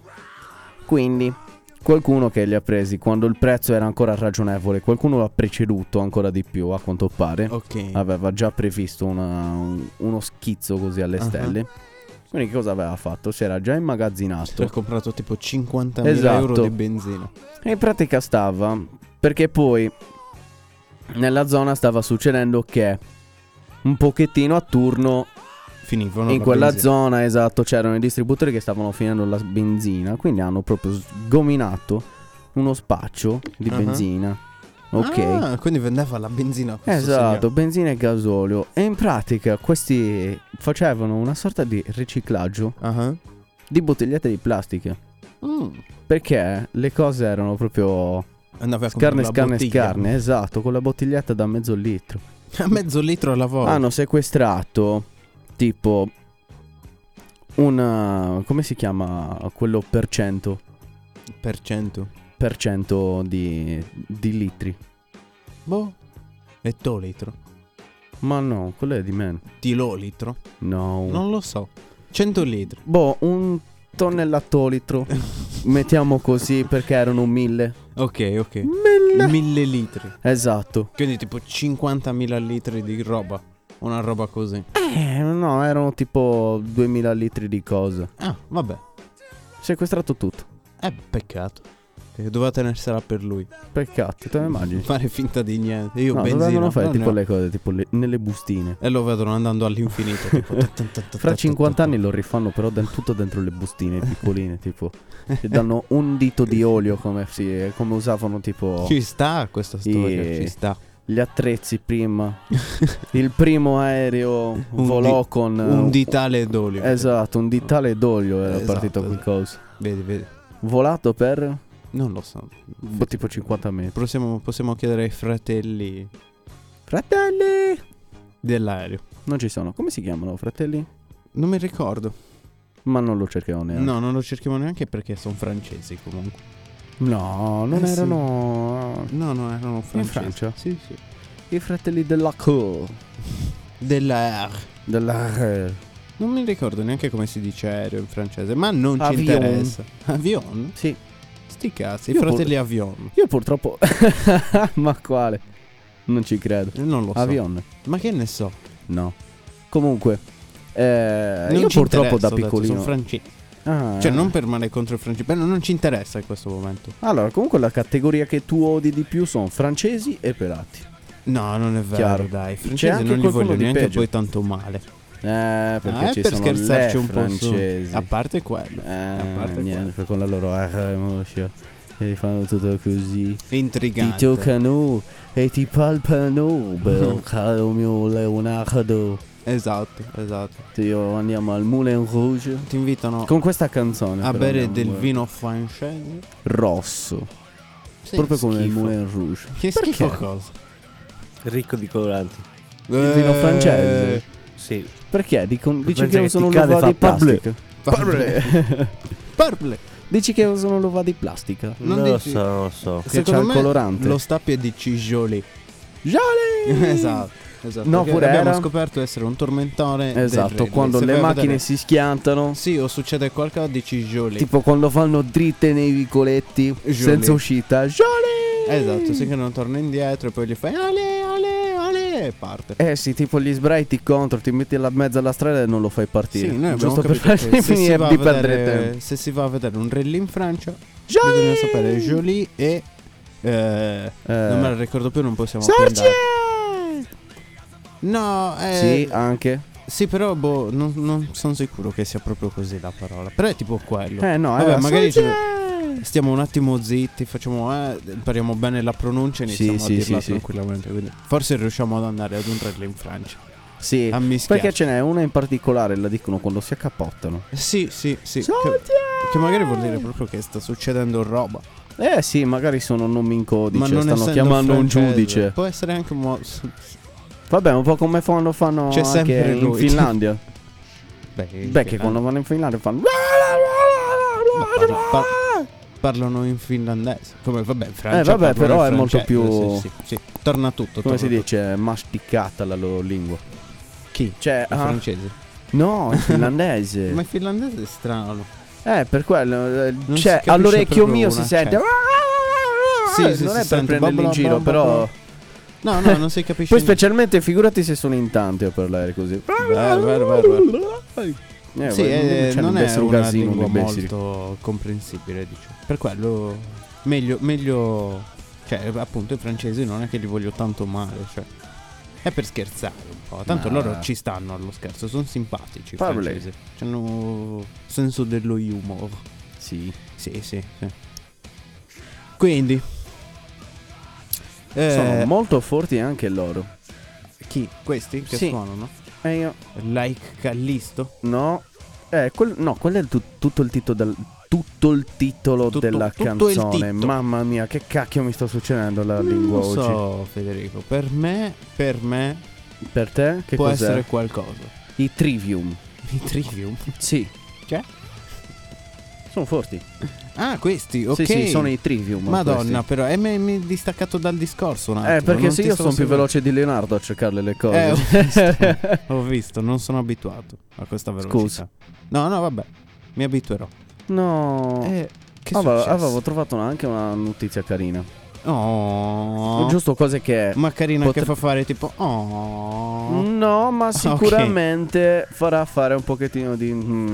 Quindi qualcuno che li ha presi quando il prezzo era ancora ragionevole, qualcuno l'ha preceduto ancora di più a quanto pare. Ok. Aveva già previsto uno schizzo così alle stelle. Quindi che cosa aveva fatto? Si era già immagazzinato Ha comprato tipo 50.000 Esatto. euro di benzina. e in pratica stava, perché poi nella zona stava succedendo che un pochettino a turno Finivano in la quella benzina. zona, esatto, c'erano i distributori che stavano finendo la benzina, quindi hanno proprio sgominato uno spaccio di benzina. Ok. Ah, quindi vendeva la benzina a questo Esatto, benzina e gasolio. E in pratica questi facevano una sorta di riciclaggio signore. di bottigliette di plastica. Perché le cose erano proprio Andava a comprare la bottiglia. scarne, esatto, con la bottiglietta da mezzo litro. A mezzo litro alla volta. Hanno sequestrato tipo una, come si chiama quello per cento di litri. Boh. Ettolitro. Ma no, quello è di meno. Tilolitro. No. Non lo so. 100 litri. Boh, un tonnellatolitro. Mettiamo così perché erano 1000. Ok. 1000 litri. Esatto. Quindi tipo 50.000 litri di roba. Una roba così. No, erano tipo 2000 litri di cosa. Ah, vabbè. Sequestrato tutto. Peccato. Che doveva tenersela per lui. Peccato, te ne immagini? Fare finta di niente. Io No, benzina. dovevano fare no, tipo no. le cose, tipo nelle bustine. E lo vedono andando all'infinito. Tipo. Fra 50 anni lo rifanno però tutto dentro le bustine piccoline, tipo. Ti danno un dito di olio come usavano tipo Ci sta questa storia. Ci sta. gli attrezzi prima. Il primo aereo volò con un ditale d'olio. Esatto, un ditale d'olio era Esatto, partito quel coso. Vedi. Volato per Non lo so. tipo 50 metri. Possiamo chiedere ai fratelli Fratelli! dell'aereo. Non ci sono. Come si chiamano fratelli? Non mi ricordo. Ma non lo cerchiamo neanche. No, non lo cerchiamo neanche perché sono francesi comunque. No, non sì. erano No, erano francesi. Francia? Sì. i fratelli della Cour. Dell'air. Della Non mi ricordo neanche come si dice aereo in francese, ma non ci Avion. interessa. Avion? Sì. Sti cazzi, i Io fratelli Avion. Io purtroppo ma quale? Non ci credo. Non lo so. Avion? Ma che ne so? No. Comunque Non io ci purtroppo interessa, da ho detto, piccolino sono francesi. Cioè non per male contro il francese, non ci interessa in questo momento. Allora, comunque la categoria che tu odi di più sono francesi e pelati. No, non è vero, Chiaro. dai. I C'è francesi anche non li qualcuno voglio di neanche peggio. poi tanto male. Perché ci per sono scherzarci le un po' su. francesi. A parte quello. A parte Niente, con la loro e fanno tutto così. Ti Intrigante. toccano e ti palpano, bel caro mio Leonardo. Esatto. Andiamo al Moulin Rouge Ti invitano con questa canzone a però bere andiamo, del vino francese. rosso, Sì, proprio come il schifo. Moulin Rouge. Che Perché? schifo cosa? Ricco di coloranti. Il vino francese? Sì. Perché? Dici Pensa che che usano ti cade l'uva fa di parbleu. plastica? Parble. Dici che usano l'uva di plastica? Non Non lo dici- so. Che Secondo c'ha il me colorante. lo stappio è di Cigioli. Jolly! Esatto. No, perché pure abbiamo era- scoperto essere un tormentone del Esatto, Ridley. quando Se le vai a macchine vedere- si schiantano, Sì, o succede qualcosa di Cigioli. tipo quando fanno dritte nei vicoletti Jolly. senza uscita. Jolly! Esatto, se che non torna indietro e poi gli fai ale e parte. Sì, tipo gli sbrai ti contro, ti metti in mezzo alla strada e non lo fai partire. Sì, noi abbiamo giusto per capito fargli che se si, finire va a di perdere vedere, tempo. se si va a vedere un rally in Francia, Jolly! bisogna sapere Jolie e non me la ricordo più, non possiamo più Sorge! andare. No, Sì, anche. sì, però non sono sicuro che sia proprio così la parola. Però è tipo quello. No, Vabbè, magari Sorge! stiamo un attimo zitti, facciamo impariamo bene la pronuncia e iniziamo Sì, a dirla sì. tranquillamente. Quindi forse riusciamo ad andare ad un rally in Francia. Sì, A mischiare. perché ce n'è una in particolare, la dicono quando si accappottano. Sì. Sorge! Che magari vuol dire proprio che sta succedendo roba. Sì, magari sono nomi in codice, Ma non stanno essendo chiamando un francese, giudice. Può essere anche Vabbè, un po' come fanno C'è anche sempre in lui. Finlandia. Beh, Che quando vanno in Finlandia fanno parlano in finlandese. Come vabbè, in Francia. vabbè, parlano però in è molto francese, più- sì. Torna tutto. come si torna dice, masticata la loro lingua. tutto. Chi? Cioè, Il francese. no, il finlandese. Ma il finlandese è strano. Per quello, Non si cioè, capisce all'orecchio proprio mio un si sente. Sì, sì, non si è per sente, prenderli in giro, bla, bla, però. No, non si capisce. Poi specialmente figurati se sono in tanti a parlare così. Vero. Sì, cioè, non deve è essere un una casino lingua di imbecili. molto comprensibile, diciamo. Per quello meglio cioè, appunto, i francesi non è che li voglio tanto male, cioè è per scherzare un po'. Tanto Ma- loro ci stanno allo scherzo, sono simpatici i Parli. francesi. Hanno senso dello humor. Sì. Sì. Quindi Sono molto forti anche loro. chi? Questi che Sì. suonano? Io. Like Callisto? No. Quello è tutto il titolo Tutto della il canzone. titolo. Mamma mia, che cacchio mi sta succedendo alla lingua Non oggi. so, Federico. Per me Per te che può cos'è? essere qualcosa. I Trivium. I Trivium? Sì. Che? Sono forti. Ah, questi, ok. Sì, sono i Trivium. Madonna, questi. però mi è distaccato dal discorso un attimo. Perché non se ti io stavo sono più seguendo. veloce di Leonardo a cercare le cose. Ho visto, non sono abituato a questa velocità. Scusa. No, vabbè, mi abituerò. No. Che successo? Avevo trovato anche una notizia carina. Oh. Giusto cose che. Ma carina potre- che fa fare tipo oh. No, ma sicuramente farà fare un pochettino di.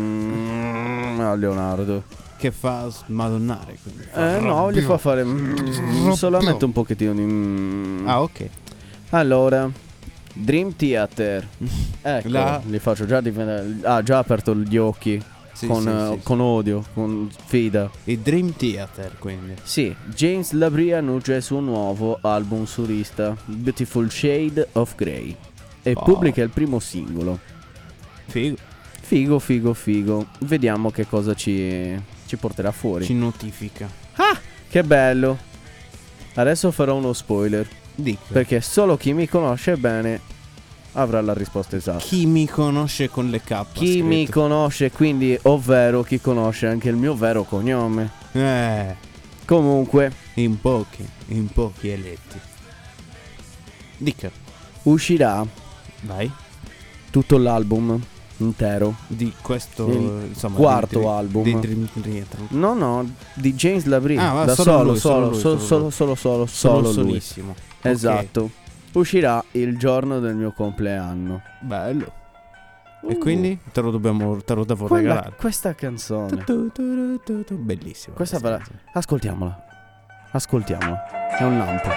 A Leonardo. Che fa smadonnare, quindi. No, gli fa fare. Solamente un pochettino di. Ah, ok. Allora, Dream Theater. Ecco, La- li faccio già diventare. Già aperto gli occhi. Sì, con, sì. con odio, con sfida. Il Dream Theater, quindi. Sì, James Labrie annuncia il suo nuovo album solista, Beautiful Shade of Grey, e pubblica il primo singolo. Figo. Figo. Vediamo che cosa ci porterà fuori. Ci notifica. Che bello. Adesso farò uno spoiler, Dica. perché solo chi mi conosce bene avrà la risposta esatta. Chi mi conosce con le K. Chi mi scritto. conosce, quindi, ovvero chi conosce anche il mio vero cognome. Comunque, In pochi eletti. Dica. uscirà Vai. tutto l'album intero. Di questo Il insomma, quarto di album. di Dream Theater. No, di James Labrie. Ah, da solo lui, solo solo lui. solissimo. Esatto. Uscirà il giorno del mio compleanno. Bello. E quindi te lo devo regalare. Questa canzone. Bellissima. Questa ascoltiamola. È un lampo.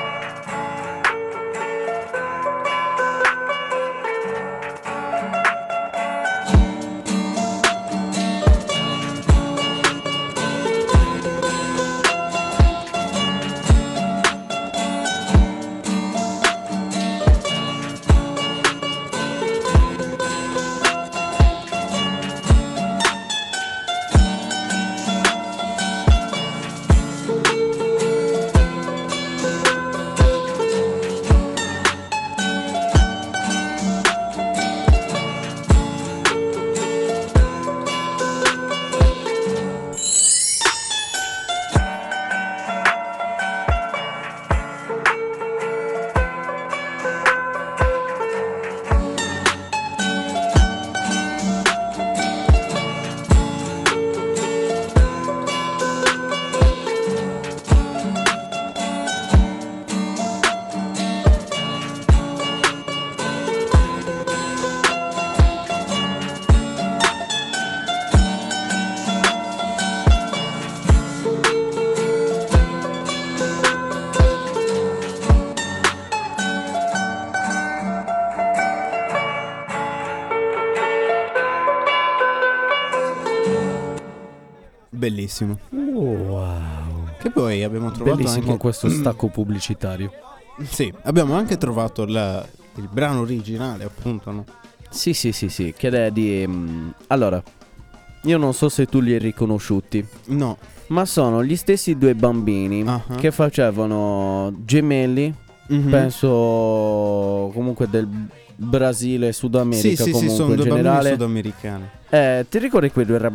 Bellissimo. Wow. Che poi abbiamo trovato Bellissimo anche questo stacco pubblicitario. Sì, abbiamo anche trovato il brano originale, appunto, no? Sì, che è di... allora, io non so se tu li hai riconosciuti, No. ma sono gli stessi due bambini che facevano gemelli, Mhm. penso comunque del Brasile, Sud America, Sì, comunque sono in due generale. bambini sudamericani. Ti ricordi quei due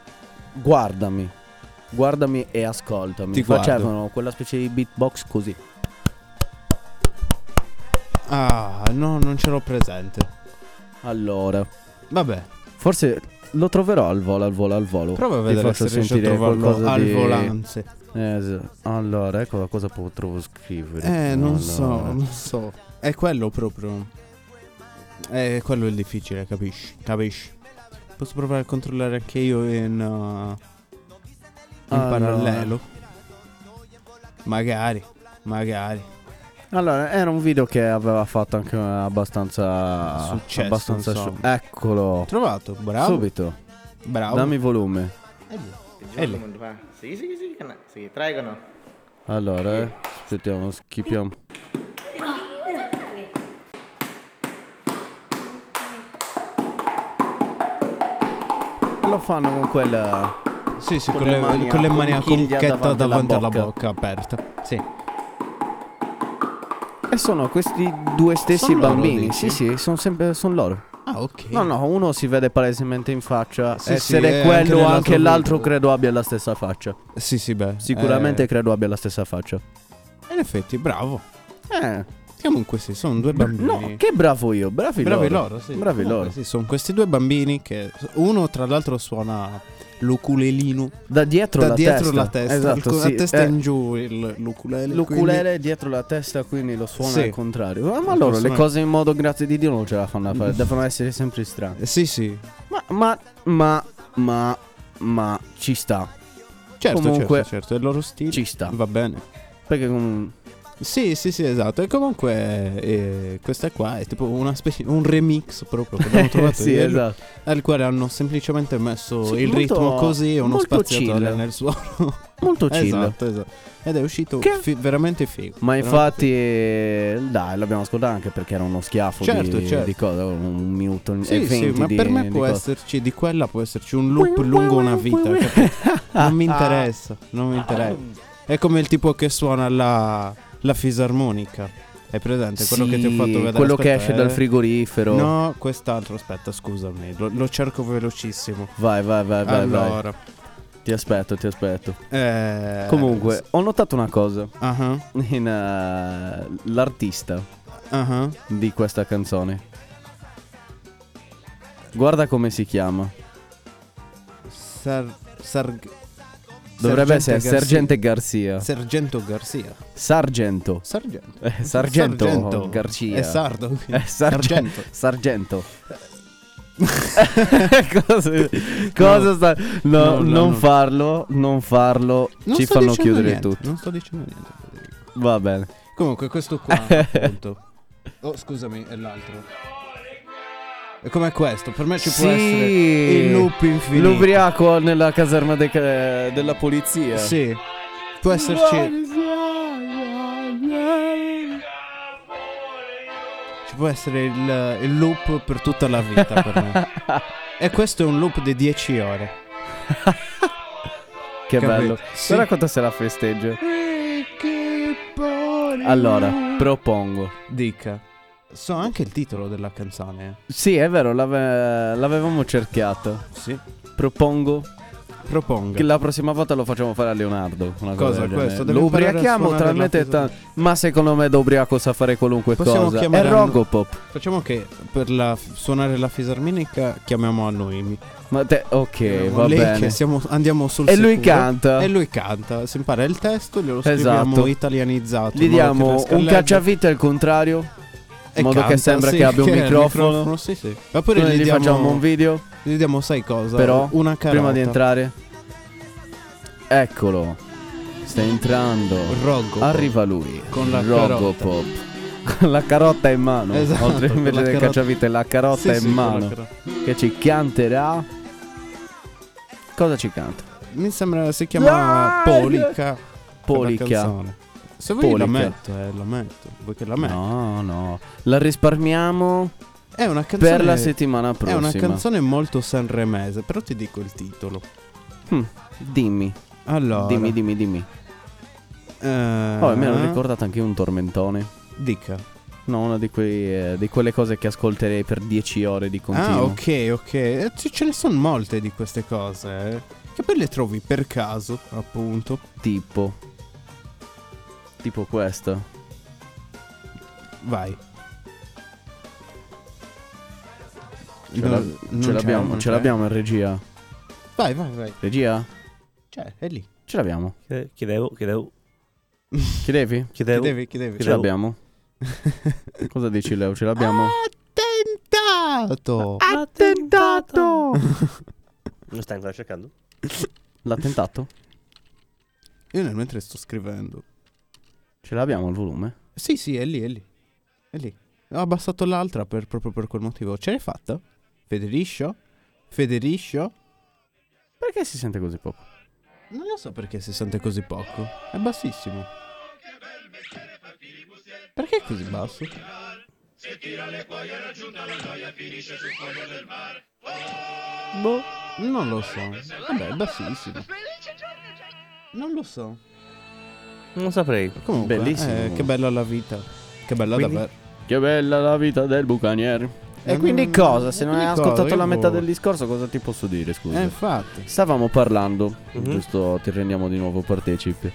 Guardami e ascoltami. Ti Facevano quella specie di beatbox così. Ah, no, non ce l'ho presente. Allora, Vabbè, forse lo troverò al volo. prova a Ti vedere faccio se riesci a sentire trovarlo qualcosa al di... volante. Allora, ecco cosa potrò scrivere. Non Allora. so. È quello proprio. Quello è il difficile, capisci? Posso provare a controllare anche io in parallelo? Magari. Allora, era un video che aveva fatto anche abbastanza Successo, insomma. Eccolo. Trovato, bravo. Subito. Bravo. Dammi volume. È lì. Sì, sì, traggono. Allora, aspettiamo, schippiamo. Lo fanno con quella... Sì, con con le le mani con le mani a conchiglia conchetta davanti alla bocca. bocca aperta. Sì. E sono questi due stessi Son loro, bambini. dici? Sì, sono loro. Ah, ok. No, uno si vede palesemente in faccia. Sì, Essere sì, quello, anche nell'altro anche l'altro video. credo abbia la stessa faccia. Sì, beh. Sicuramente credo abbia la stessa faccia. In effetti, bravo. Eh, Comunque sì, sono due bambini. no, che bravo io. Bravi loro. sì. Bravi Comunque, loro. Sì, sono questi due bambini che uno tra l'altro suona l'ukulelino Da dietro da la dietro testa. la testa, Esatto, la sì. testa in giù l'ukulele. L'ukulele dietro la testa, quindi lo suona Sì. al contrario. Ma Lo loro le suona- cose in modo grazie di Dio non ce la fanno a fare. Devono essere sempre strane. Sì. Ma ci sta. Certo, Comunque, certo, è il loro stile. Ci sta. Va bene. Perché Sì, esatto. E comunque questa qua è tipo una specie, un remix proprio che abbiamo trovato sì, ieri, esatto. al quale hanno semplicemente messo Sì, il molto- ritmo così e uno molto spaziatore chill. nel suono. Molto chill. Esatto. Ed è uscito Che- veramente figo. Ma veramente infatti, figo. dai, l'abbiamo ascoltato anche perché era uno schiaffo Certo. di cosa, un minuto e Sì, 20 ma di, per me di può cosa. esserci di quella, può esserci un loop lungo una vita, capito? Non mi interessa. È come il tipo che suona la fisarmonica. Hai presente? Quello che ti ho fatto vedere. quello che Aspetta, esce dal frigorifero. No, quest'altro, aspetta, scusami, lo cerco velocissimo. Vai. Allora, Ti aspetto. Comunque, ho notato una cosa in l'artista di questa canzone. Guarda come si chiama. Dovrebbe essere Sergente Garcia. Sergento Garcia. Sargento Sargento Garcia. È sardo. quindi. Sargento. Cosa sta? No, No, non no. farlo. Non ci sto fanno dicendo chiudere niente, tutto. Non sto dicendo niente, Federico. Va bene. Comunque questo qua appunto. Oh, scusami, è l'altro. E com'è questo? Per me ci può essere il loop infinito. L'ubriaco nella caserma della polizia. Sì. Può esserci. Ci può essere il loop per tutta la vita per me. E questo è un loop di 10 ore. Che Capito? bello. Sì. Guarda quanto se la festeggia. Allora, propongo. Dica. So anche il titolo della canzone. Sì, è vero, l'avevamo cercato. Sì. Propongo Propongo. che la prossima volta lo facciamo fare a Leonardo. Una Cosa del questo? genere. Deve Lo imparare a ubriachiamo suonare talmente la tanto. Ma secondo me da ubriaco sa fare qualunque Possiamo cosa. È chiamare Rogopop. Facciamo che per suonare la fisarmonica chiamiamo a Noemi. Ma ok, va lei bene. che andiamo sul E lui sicuro. canta. E lui canta. Si impara il testo, glielo scriviamo Esatto. italianizzato. Gli in modo che diamo riesca a un leggere. cacciavite al contrario. E in modo che canta, sembra sì, che abbia un è il microfono. Sì, sì. Ma pure Noi gli gli diamo, facciamo un video. gli diamo, sai cosa? Però una carota. prima di entrare, eccolo, sta entrando. Rogopop. Arriva lui Con la Rogopop. Con la carota in mano. Esatto, Oltre con invece la del carota. cacciavite, la carota Sì, in sì, con la mano. carota. Che ci canterà. Cosa ci canta? Mi sembra si chiama Polica. Polica. quella canzone. Se vuoi la Polica. metto, la metto. Vuoi che la metto? No. La risparmiamo È una canzone per la settimana È prossima. una canzone molto sanremese, però ti dico il titolo. Dimmi. Allora, Dimmi. Oh, mi ero ricordato anche un tormentone. Dica. No, una di quelle cose che ascolterei per 10 ore di continuo. Ah, ok. Ce ne sono molte di queste cose. Che poi le trovi per caso, appunto. Tipo questa. Vai. Ce l'abbiamo in regia. Vai. Regia? Cioè, è lì. Ce l'abbiamo. Chiedevo. Chiedevi? Chiedevi. Ce l'abbiamo. Cosa dici, Leo? Ce l'abbiamo? Attentato! Lo stai ancora cercando? L'attentato? Io nel mentre sto scrivendo. Ce l'abbiamo il volume? Sì, è lì. Ho abbassato l'altra proprio per quel motivo. Ce l'hai fatta? Federiscio? Perché si sente così poco? Non lo so perché si sente così poco. È bassissimo. Perché è così basso? Boh, non lo so. Vabbè, è bassissimo. Non lo so. Non saprei. Comunque, Bellissimo. che bella la vita. Che bella Quindi? davvero. Che bella la vita del bucaniere. E quindi cosa? Se non hai Quindi ascoltato cosa? la Che metà vuoi? del discorso, cosa ti posso dire, scusa? Infatti. Stavamo parlando, Mhm. giusto, ti rendiamo di nuovo partecipi,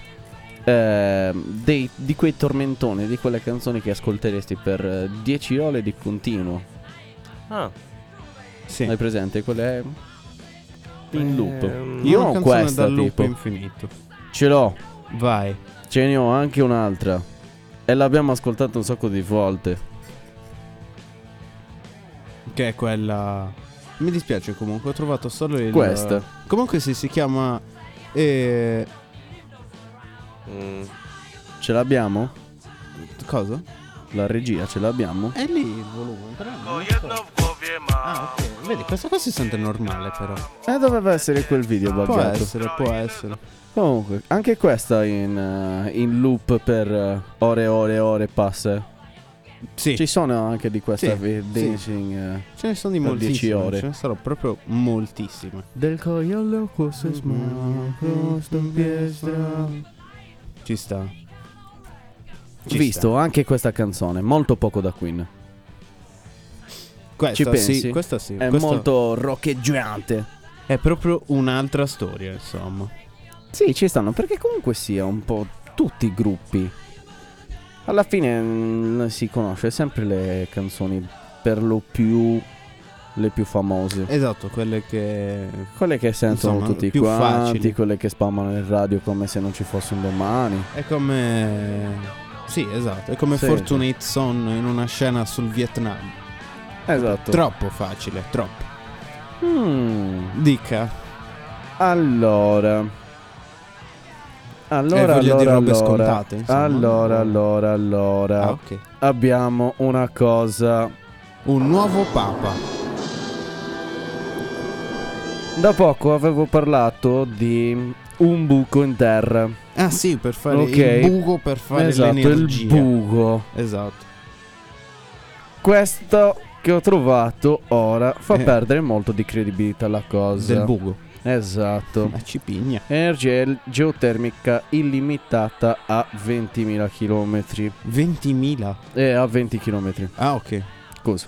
di quei tormentoni, di quelle canzoni che ascolteresti per 10 ore di continuo. Ah, Sì. Hai presente? Quelle in loop. Una Io ho canzone questa dal loop tipo. infinito. Ce l'ho, Vai. ce ne ho anche un'altra. E l'abbiamo ascoltata un sacco di volte. Che è quella. Mi dispiace comunque, ho trovato solo il. Questa. Comunque sì, si chiama. Ce l'abbiamo? Cosa? La regia ce l'abbiamo? È lì il volume, però. non so. Ah, ok. Vedi, questa qua si sente normale, però. Doveva essere quel video Può buggato. essere. Comunque, anche questa in loop per ore passa. Sì. Ci sono anche di questa Sì, dancing Ce ne sono di per moltissime. 10 ore. Ce ne sono proprio moltissime. del cogliolo questo Ci sta. Visto anche questa canzone, molto poco da Queen. Questa Ci pensi? sì, questa sì. È Questa molto roccheggiante. è proprio un'altra storia, insomma. Sì, ci stanno, perché comunque sia un po' tutti i gruppi. Alla fine si conosce sempre le canzoni per lo più le più famose. Esatto, quelle che Sentono insomma, tutti più quanti, facili. quelle che spammano in radio come se non ci fosse un domani. è come. Sì, esatto, è come Sì, Fortunate Son in una scena sul Vietnam. Esatto. Troppo facile, troppo. Dica. Allora, voglio dire robe scontate, insomma. Allora. Ah, ok. Abbiamo una cosa. Un nuovo papa. Da poco avevo parlato di un buco in terra. Ah sì, per fare Ok. il buco, per fare Esatto, l'energia. il buco. Esatto. Questo che ho trovato ora fa perdere molto di credibilità alla cosa. Del buco. Esatto. Ma ci pigna. Energia geotermica illimitata a 20.000 km. 20.000? A 20 km. Ah, ok. Cosa?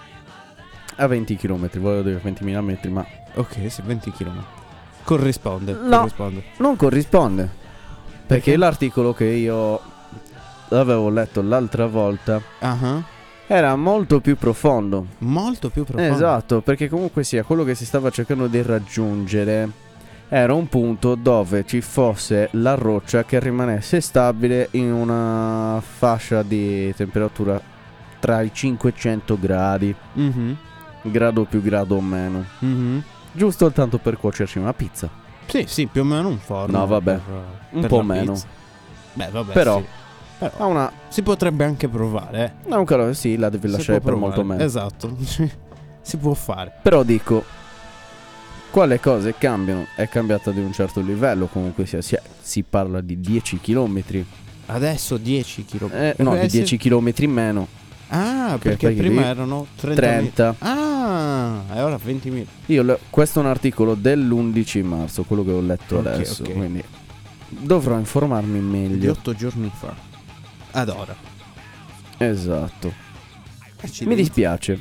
A 20 km, volevo dire 20.000 metri, ma Ok, sì, 20 km. Corrisponde. No. Corrisponde. non corrisponde. Perché l'articolo che io avevo letto l'altra volta Ah, era molto più profondo. molto più profondo. Esatto, perché comunque sia quello che si stava cercando di raggiungere era un punto dove ci fosse la roccia che rimanesse stabile in una fascia di temperatura tra i 500 gradi, Mhm. grado più grado o meno, Mhm. giusto tanto per cuocerci una pizza. Sì, sì, più o meno un forno. No, vabbè. Un per po' la meno. pizza. Beh, vabbè. Però sì. Però ha una si potrebbe anche provare, ancora sì, la devi Si lasciare può per provare. molto meno. Esatto. Si può fare. Però dico, qua le cose cambiano, è cambiata di un certo livello, comunque sia, si parla di 10 km. Adesso 10 km. No, di 10 km in meno. Ah, Ok, perché perché prima lì erano 30. Ah, e ora 20.000. Questo è un articolo dell'11 marzo, quello che ho letto Ok, adesso, ok. quindi dovrò informarmi Di meglio. 8 giorni fa. Ad ora. Esatto. Mi dispiace,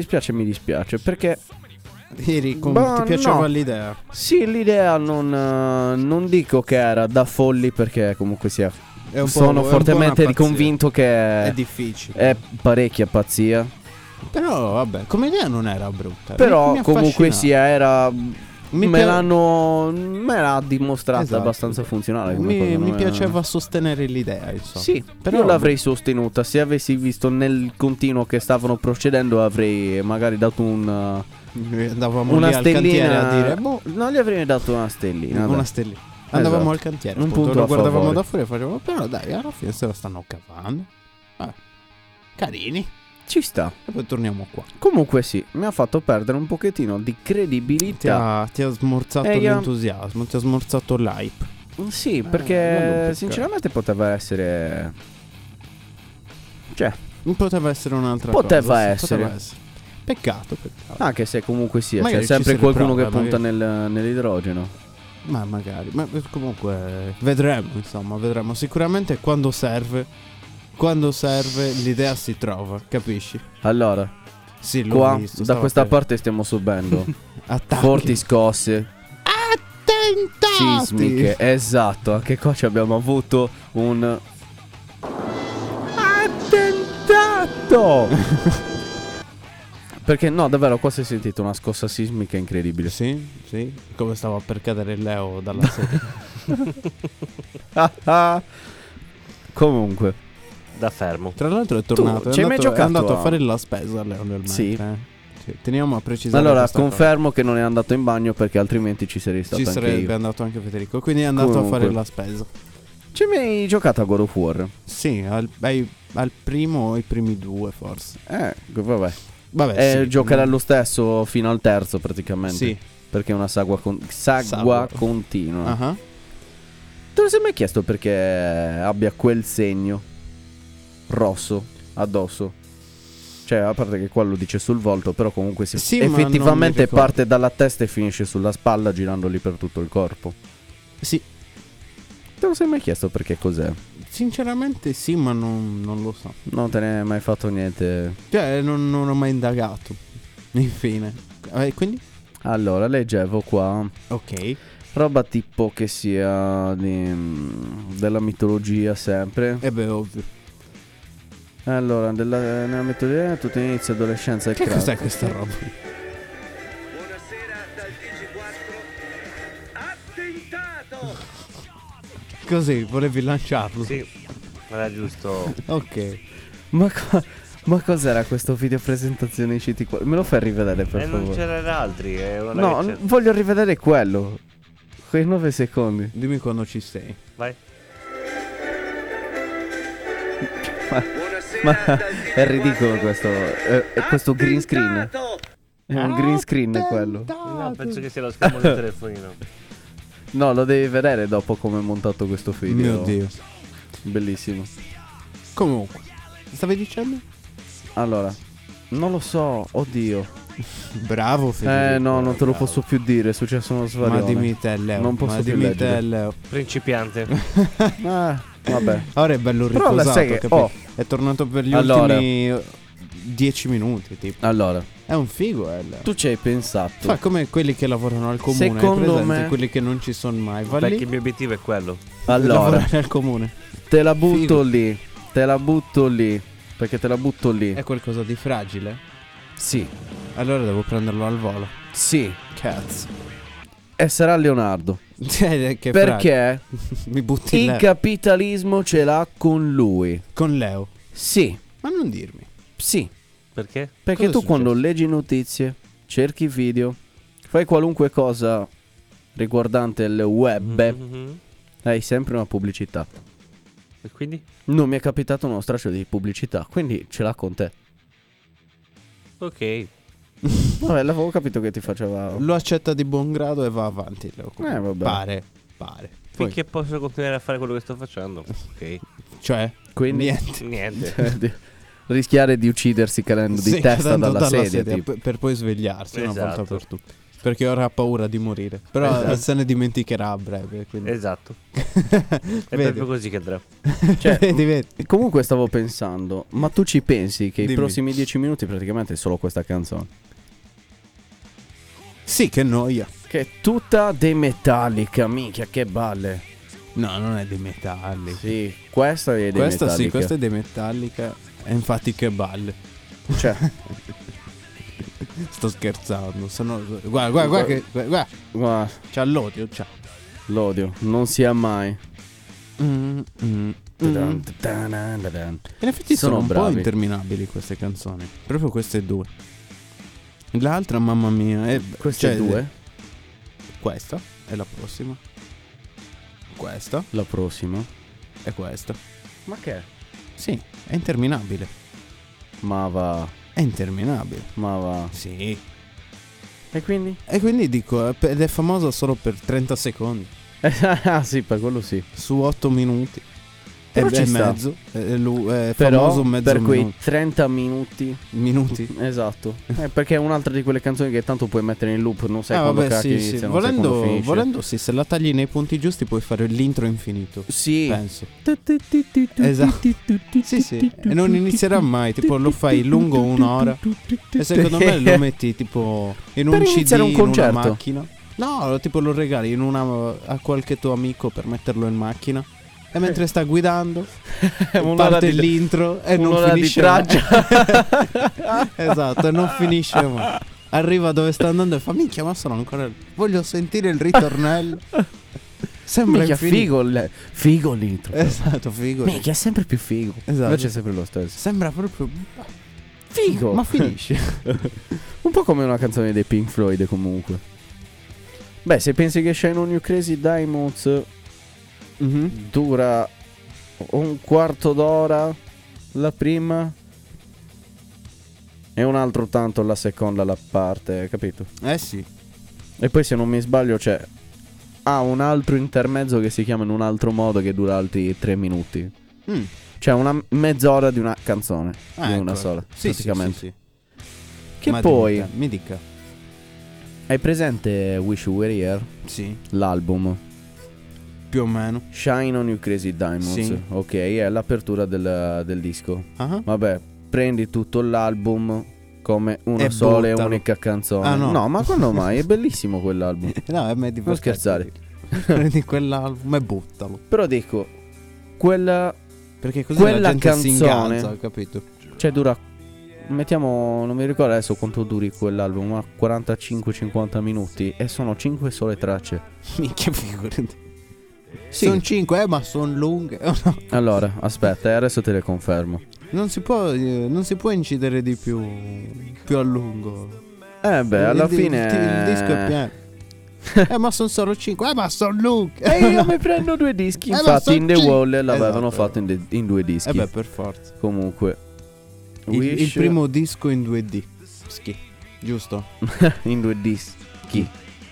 perché Ieri Boh, ti piaceva no. l'idea? sì, l'idea non dico che era da folli, perché comunque sia È un po', sono è un po' fortemente una pazzia. convinto che È difficile. è parecchia pazzia. Però vabbè, come idea non era brutta. Però Mi comunque affascinava. sia era Mi me pia- l'ha dimostrata Esatto. abbastanza funzionale come Mi cosa, mi non è- piaceva sostenere l'idea, insomma. Sì, Però io l'avrei sostenuta. Se avessi visto nel continuo che stavano procedendo, avrei magari dato andavamo una lì al cantiere stellina. a dire boh, Non gli avrei dato una stellina. una dai. stellina. Andavamo Esatto. al cantiere, Un appunto, punto lo a guardavamo favore. da fuori e facevamo però dai, alla fine se la stanno cavando. Carini. Ci sta. E poi torniamo qua. Comunque sì, mi ha fatto perdere un pochettino di credibilità. Ti ha smorzato l'entusiasmo, ti ha smorzato l'hype. Sì, quello è un perché peccato. sinceramente poteva essere. Cioè, Poteva essere un'altra Poteva cosa. essere. Peccato. anche se comunque sia, Magari c'è ci sempre si qualcuno riprova, che punta nell'idrogeno. Ma magari. Ma comunque vedremo, insomma, vedremo. Sicuramente quando serve l'idea si trova, capisci? Allora, Sì, l'ho qua visto. da stava questa per- parte stiamo subendo attacchi forti scosse attentati. sismiche. Esatto, anche qua ci abbiamo avuto un attentato. Perché no, davvero qua si è sentito una scossa sismica incredibile. Sì, sì, come stava per cadere il Leo dalla sedia. Comunque, Da fermo. Tra l'altro è tornato, ci hai mai è giocato andato a a- fare la spesa Leo nel Sì. mentre, Sì, teniamo a precisare allora questa cosa. confermo che non è andato in bagno perché altrimenti ci sarei stato Ci anche sarebbe io. andato anche Federico, quindi è andato Comunque. a fare la spesa. Ci hai mai giocato a God of War? Sì, al primo o ai primi due forse. Vabbè. Vabbè, sì. Giocherà lo stesso fino al terzo praticamente. Sì. Perché è una sagua Sagua. continua. Ah. Te lo sei mai chiesto perché abbia quel segno rosso addosso? Cioè, a parte che qua lo dice sul volto, però comunque Sì, ma non effettivamente mi ricordo. parte dalla testa e finisce sulla spalla girandoli per tutto il corpo. Sì, Te lo sei mai chiesto perché cos'è? sinceramente sì, ma non lo so. Non te ne hai mai fatto niente. Cioè, non ho mai indagato. Infine. Quindi? Allora, leggevo qua Ok. roba tipo che sia della mitologia sempre. E beh, ovvio. Allora, nella mitologia tutto inizia adolescenza e Che crack. cos'è questa roba? Buonasera dal TG4. Attentato! Così, volevi lanciarlo? Sì, era giusto. Ok. Ma cos'era questo video presentazione CT4? Me lo fai rivedere per favore? Non c'erano altri. No, voglio rivedere quello. Quei 9 secondi. Dimmi quando ci sei. Vai. Ma è ridicolo questo green screen. È un green screen quello. No, penso che sia lo schermo del telefonino. No, lo devi vedere dopo come è montato questo video. Mio Dio. Bellissimo. Comunque, stavi dicendo? Allora, non lo so, oddio. Bravo Federico. No, non te lo bravo. posso più dire, è successo uno svarione. Ma dimmi te Leo. Non posso ma più dimmi leggere. te Leo. Principiante. Vabbè. Ora è bello Però riposato, sai che- capito? È tornato per gli Allora. ultimi 10 minuti, tipo. Allora, È un figo, Leo. tu ci hai pensato. Fa come quelli che lavorano al comune. hai Secondo presente? me- Quelli che non ci sono mai. Va Perché lì il mio obiettivo è quello. Allora, lavorare al comune. te la butto Figo. lì. Te la butto lì. Perché te la butto lì. È qualcosa di fragile? Sì. Allora devo prenderlo al volo. Sì. Cazzo. E sarà Leonardo. Che Perché mi butti il Leo. capitalismo ce l'ha con lui. Con Leo. Sì. Ma non dirmi. Sì. Perché? Perché Cosa tu è quando successo? leggi notizie, cerchi video, fai qualunque cosa riguardante il web, Mhm. hai sempre una pubblicità. E quindi? Non mi è capitato uno straccio di pubblicità, quindi ce l'ha con te. Ok. Vabbè, l'avevo capito che ti faceva... Lo accetta di buon grado e va avanti Leo. vabbè. Pare. Poi, Finché posso continuare a fare quello che sto facendo. Ok. cioè, Quindi niente. Niente. rischiare di uccidersi cadendo di Sì, testa cadendo dalla sedia. tipo. per poi svegliarsi una volta Esatto. per tutte. Perché ora ha paura di morire. Però Esatto. se ne dimenticherà a breve. Quindi. Esatto. È Vedi? proprio così che andrà. Cioè, vedi. comunque stavo pensando, ma tu ci pensi che i Dimmi. prossimi 10 minuti praticamente è solo questa canzone? Sì, che noia. Che è tutta dei Metallica, minchia, che balle. No, non è dei Metallica. Sì, questa è dei Questa Metallica. sì, questa è dei Metallica. E infatti che balle. Cioè, Sto scherzando. Guarda, guarda. guarda, C'ha l'odio, c'ha. l'odio, non sia mai. In effetti sono un po' bravi. interminabili queste canzoni. Proprio queste due. L'altra, mamma mia, è Queste due, Questa è la prossima. Questa la prossima. è questa. Ma che? Sì, è interminabile. Ma va, È interminabile. ma va. Sì. E quindi? E quindi dico, ed è famosa solo per 30 secondi. Ah sì, per quello sì. Su 8 minuti. Però e ci sta. mezzo. È Però famoso mezzo per quei minuto. 30 minuti. Minuti. Esatto. Perché è un'altra di quelle canzoni che tanto puoi mettere in loop. Non sai quando vabbè, cacchio sì, inizia, sì. non sai quando Volendo, finisce. volendo sì, se la tagli nei punti giusti puoi fare l'intro infinito. Sì. Penso. Esatto. Sì, sì. E non inizierà mai. Tipo lo fai lungo un'ora. E secondo me lo metti tipo in un Per CD, iniziare un in una concerto. macchina. No, tipo lo regali a qualche tuo amico per metterlo in macchina. E mentre sta guidando Un'ora parte di- l'intro e non un'ora di finisce mai. traccia. Esatto, e non finisce mai. Arriva dove sta andando e fa minchia, ma sono ancora lì. Voglio sentire il ritornello. Sembra Minchia, infinito. figo l'intro. Esatto, figo. Minchia, è sempre più figo. Esatto. Invece è sempre lo stesso. Sembra proprio Figo. Ma finisce. Un po' come una canzone dei Pink Floyd comunque. Beh, se pensi che Shine On You Crazy Diamonds dura un quarto d'ora la prima e un altro tanto la seconda la parte, capito? Eh sì. E poi se non mi sbaglio c'è un altro intermezzo che si chiama in un altro modo che dura altri 3 minuti. Cioè una mezz'ora di una canzone, di ecco. una sola, Sì, praticamente. sì. Che Ma poi mi dica. hai presente Wish You Were Here? Sì, L'album più o meno. Shine On You Crazy Diamonds. Sì. Ok, è l'apertura del disco. Ah. Vabbè, prendi tutto l'album come una E sola e buttalo. unica canzone. Ah, no. ma quando mai? È bellissimo quell'album. No, a me è divertente. Non scherzare. Prendi quell'album e buttalo. Però dico, quella, Perché così Quella la gente si canzone- ingazza, capito? cioè dura, mettiamo, non mi ricordo adesso quanto duri quell'album, ma 45-50 minuti e sono 5 sole tracce. Minchia, figurati. Sì. Sono 5, ma sono lunghe. Allora, aspetta, adesso te le confermo. Non si può incidere di più a lungo. Alla fine il disco è pieno. Ma sono solo 5, ma sono lunghe. E io mi prendo 2 dischi. ma Infatti son in The 5. Wall l'avevano Esatto. fatto in 2 dischi. Per forza. Comunque Il Wish primo disco in 2D. Giusto? in 2 dischi.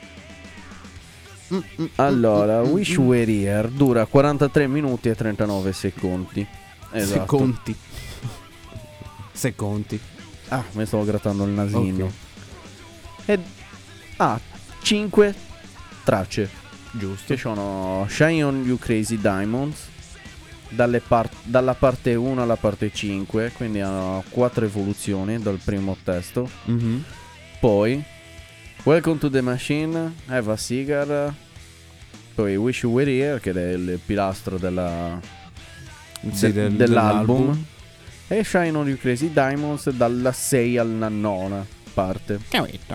Allora, Wish Were Here dura 43 minuti e 39 secondi. Esatto. Secondi. Ah, mi stavo grattando il nasino. Ok. Ed ha 5 tracce Giusto. che sono Shine On You Crazy Diamonds dalla parte 1 alla parte 5, quindi hanno 4 evoluzioni dal primo testo. Mhm. Poi Welcome to the Machine, Have a Cigar. Poi Wish You Were Here, che è il pilastro dell'album. E Shine On You Crazy Diamonds dalla 6 alla 9 parte. Capito.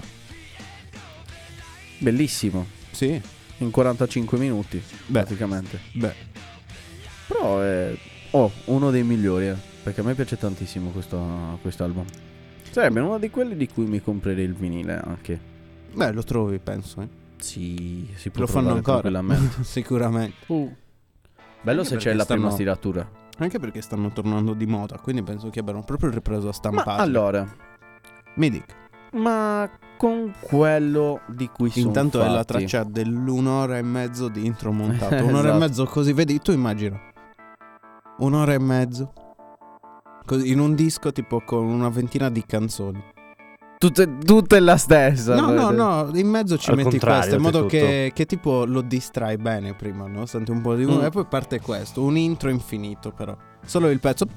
Bellissimo, Sì. in 45 minuti praticamente. Beh. Però è uno dei migliori, perché a me piace tantissimo questo album. Sarebbe uno di quelli di cui mi comprerei il vinile anche. Beh, lo trovi, penso. Sì, si può Lo fanno trovare ancora. tranquillamente. Sicuramente. Bello Anche se c'è perché la prima stanno- stiratura. Anche perché stanno tornando di moda, quindi penso che abbiano proprio ripreso a Ma stampare. allora, Mi dica. ma con quello di cui sono Intanto fatti. è la traccia dell'1 ora e mezzo di intro montato. 1 ora e Esatto. mezzo così, vedi, tu immagina. 1 ora e mezzo. Così, in un disco tipo con una ventina di canzoni. Tutte la stessa. No, in mezzo ci Al metti contrario, questo in modo oltretutto. che tipo lo distrai bene prima, no? Senti un po' di uno e poi parte questo, un intro infinito però. Solo il pezzo.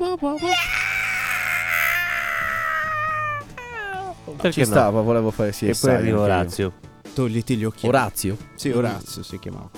Perché Ci no? stava, volevo fare E CSI. poi arriva anche io. Orazio. Togliti gli occhi. Orazio? Sì, Orazio si chiamava.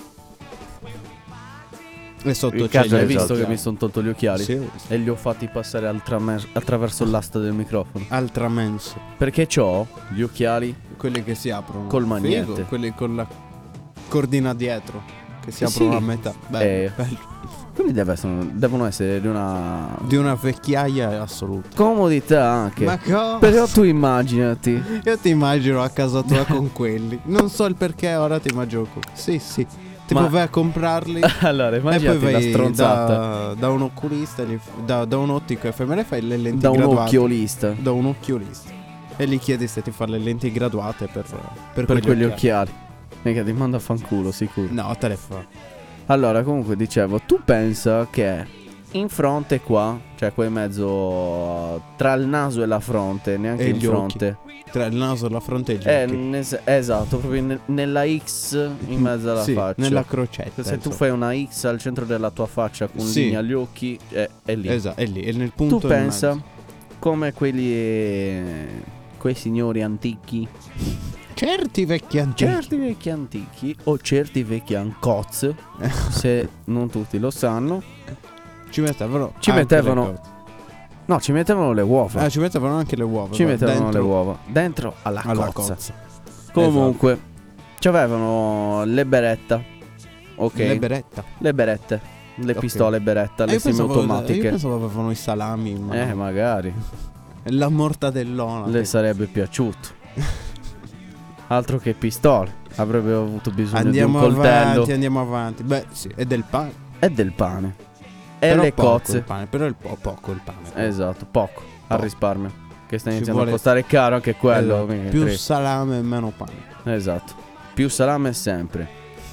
E sotto Il c'è caso Hai è gli visto occhiali. che mi sono tolto gli occhiali? Sì, E li ho fatti passare attraverso l'asta del microfono. Altramente. Perché c'ho gli occhiali. Quelli che si aprono Col Figo, magnete. quelli con la cordina dietro che si Sì. aprono a metà. Bello, bello. Quindi devono essere di una Di una vecchiaia assoluta. comodità anche. Ma cosa? Però tu immaginati. Io ti immagino a casa tua con quelli. Non so il perché, ora ti immagino con... Sì. Tipo Ma- vai a comprarli Allora, e poi immaginati la vai stronzata da un oculista, da un ottico effimero e fai le lenti da un graduate. occhiolista Da un occhiolista. E gli chiedi se ti fa le lenti graduate per per quegli occhiali. Mica ti manda a fanculo, sicuro. No, te le fa. Allora, comunque dicevo, tu pensa che in fronte qua, cioè qua in mezzo tra il naso e la fronte, neanche E in gli fronte. Tra il naso, la fronte e gli occhi. Esatto, proprio nella X in mezzo alla Sì, faccia. nella crocetta. Se tu insomma. fai una X al centro della tua faccia con Sì. linea agli occhi, è lì. Esatto, è lì, è nel punto. Tu in pensa mezzo. come quei signori antichi, Certi vecchi antichi. certi vecchi antichi o certi vecchi ancoz, se non tutti lo sanno, Ci mettevano. Ci anche mettevano le cose. no, ci mettevano le uova. Ci mettevano anche le uova. Ci però, mettevano dentro le uova dentro alla alla cozza. cozza. Comunque, ci avevano le beretta. Ok. Le beretta. Le berette. Le Ok. pistole beretta, le Io pensavo semiautomatiche. avevano i salami in mano. Magari. La mortadellona. Le sarebbe piaciuto. Altro che pistole. Avrebbe avuto bisogno Andiamo di un coltello avanti, andiamo avanti. Beh, sì, è del pane. e del pane. E Però le poco cozze. il pane, però è poco il pane. Esatto, poco. Al risparmio. Che sta Ci iniziando vuole- a costare caro anche quello. Esatto. mica Più credi. salame e meno pane. Esatto. Più salame sempre.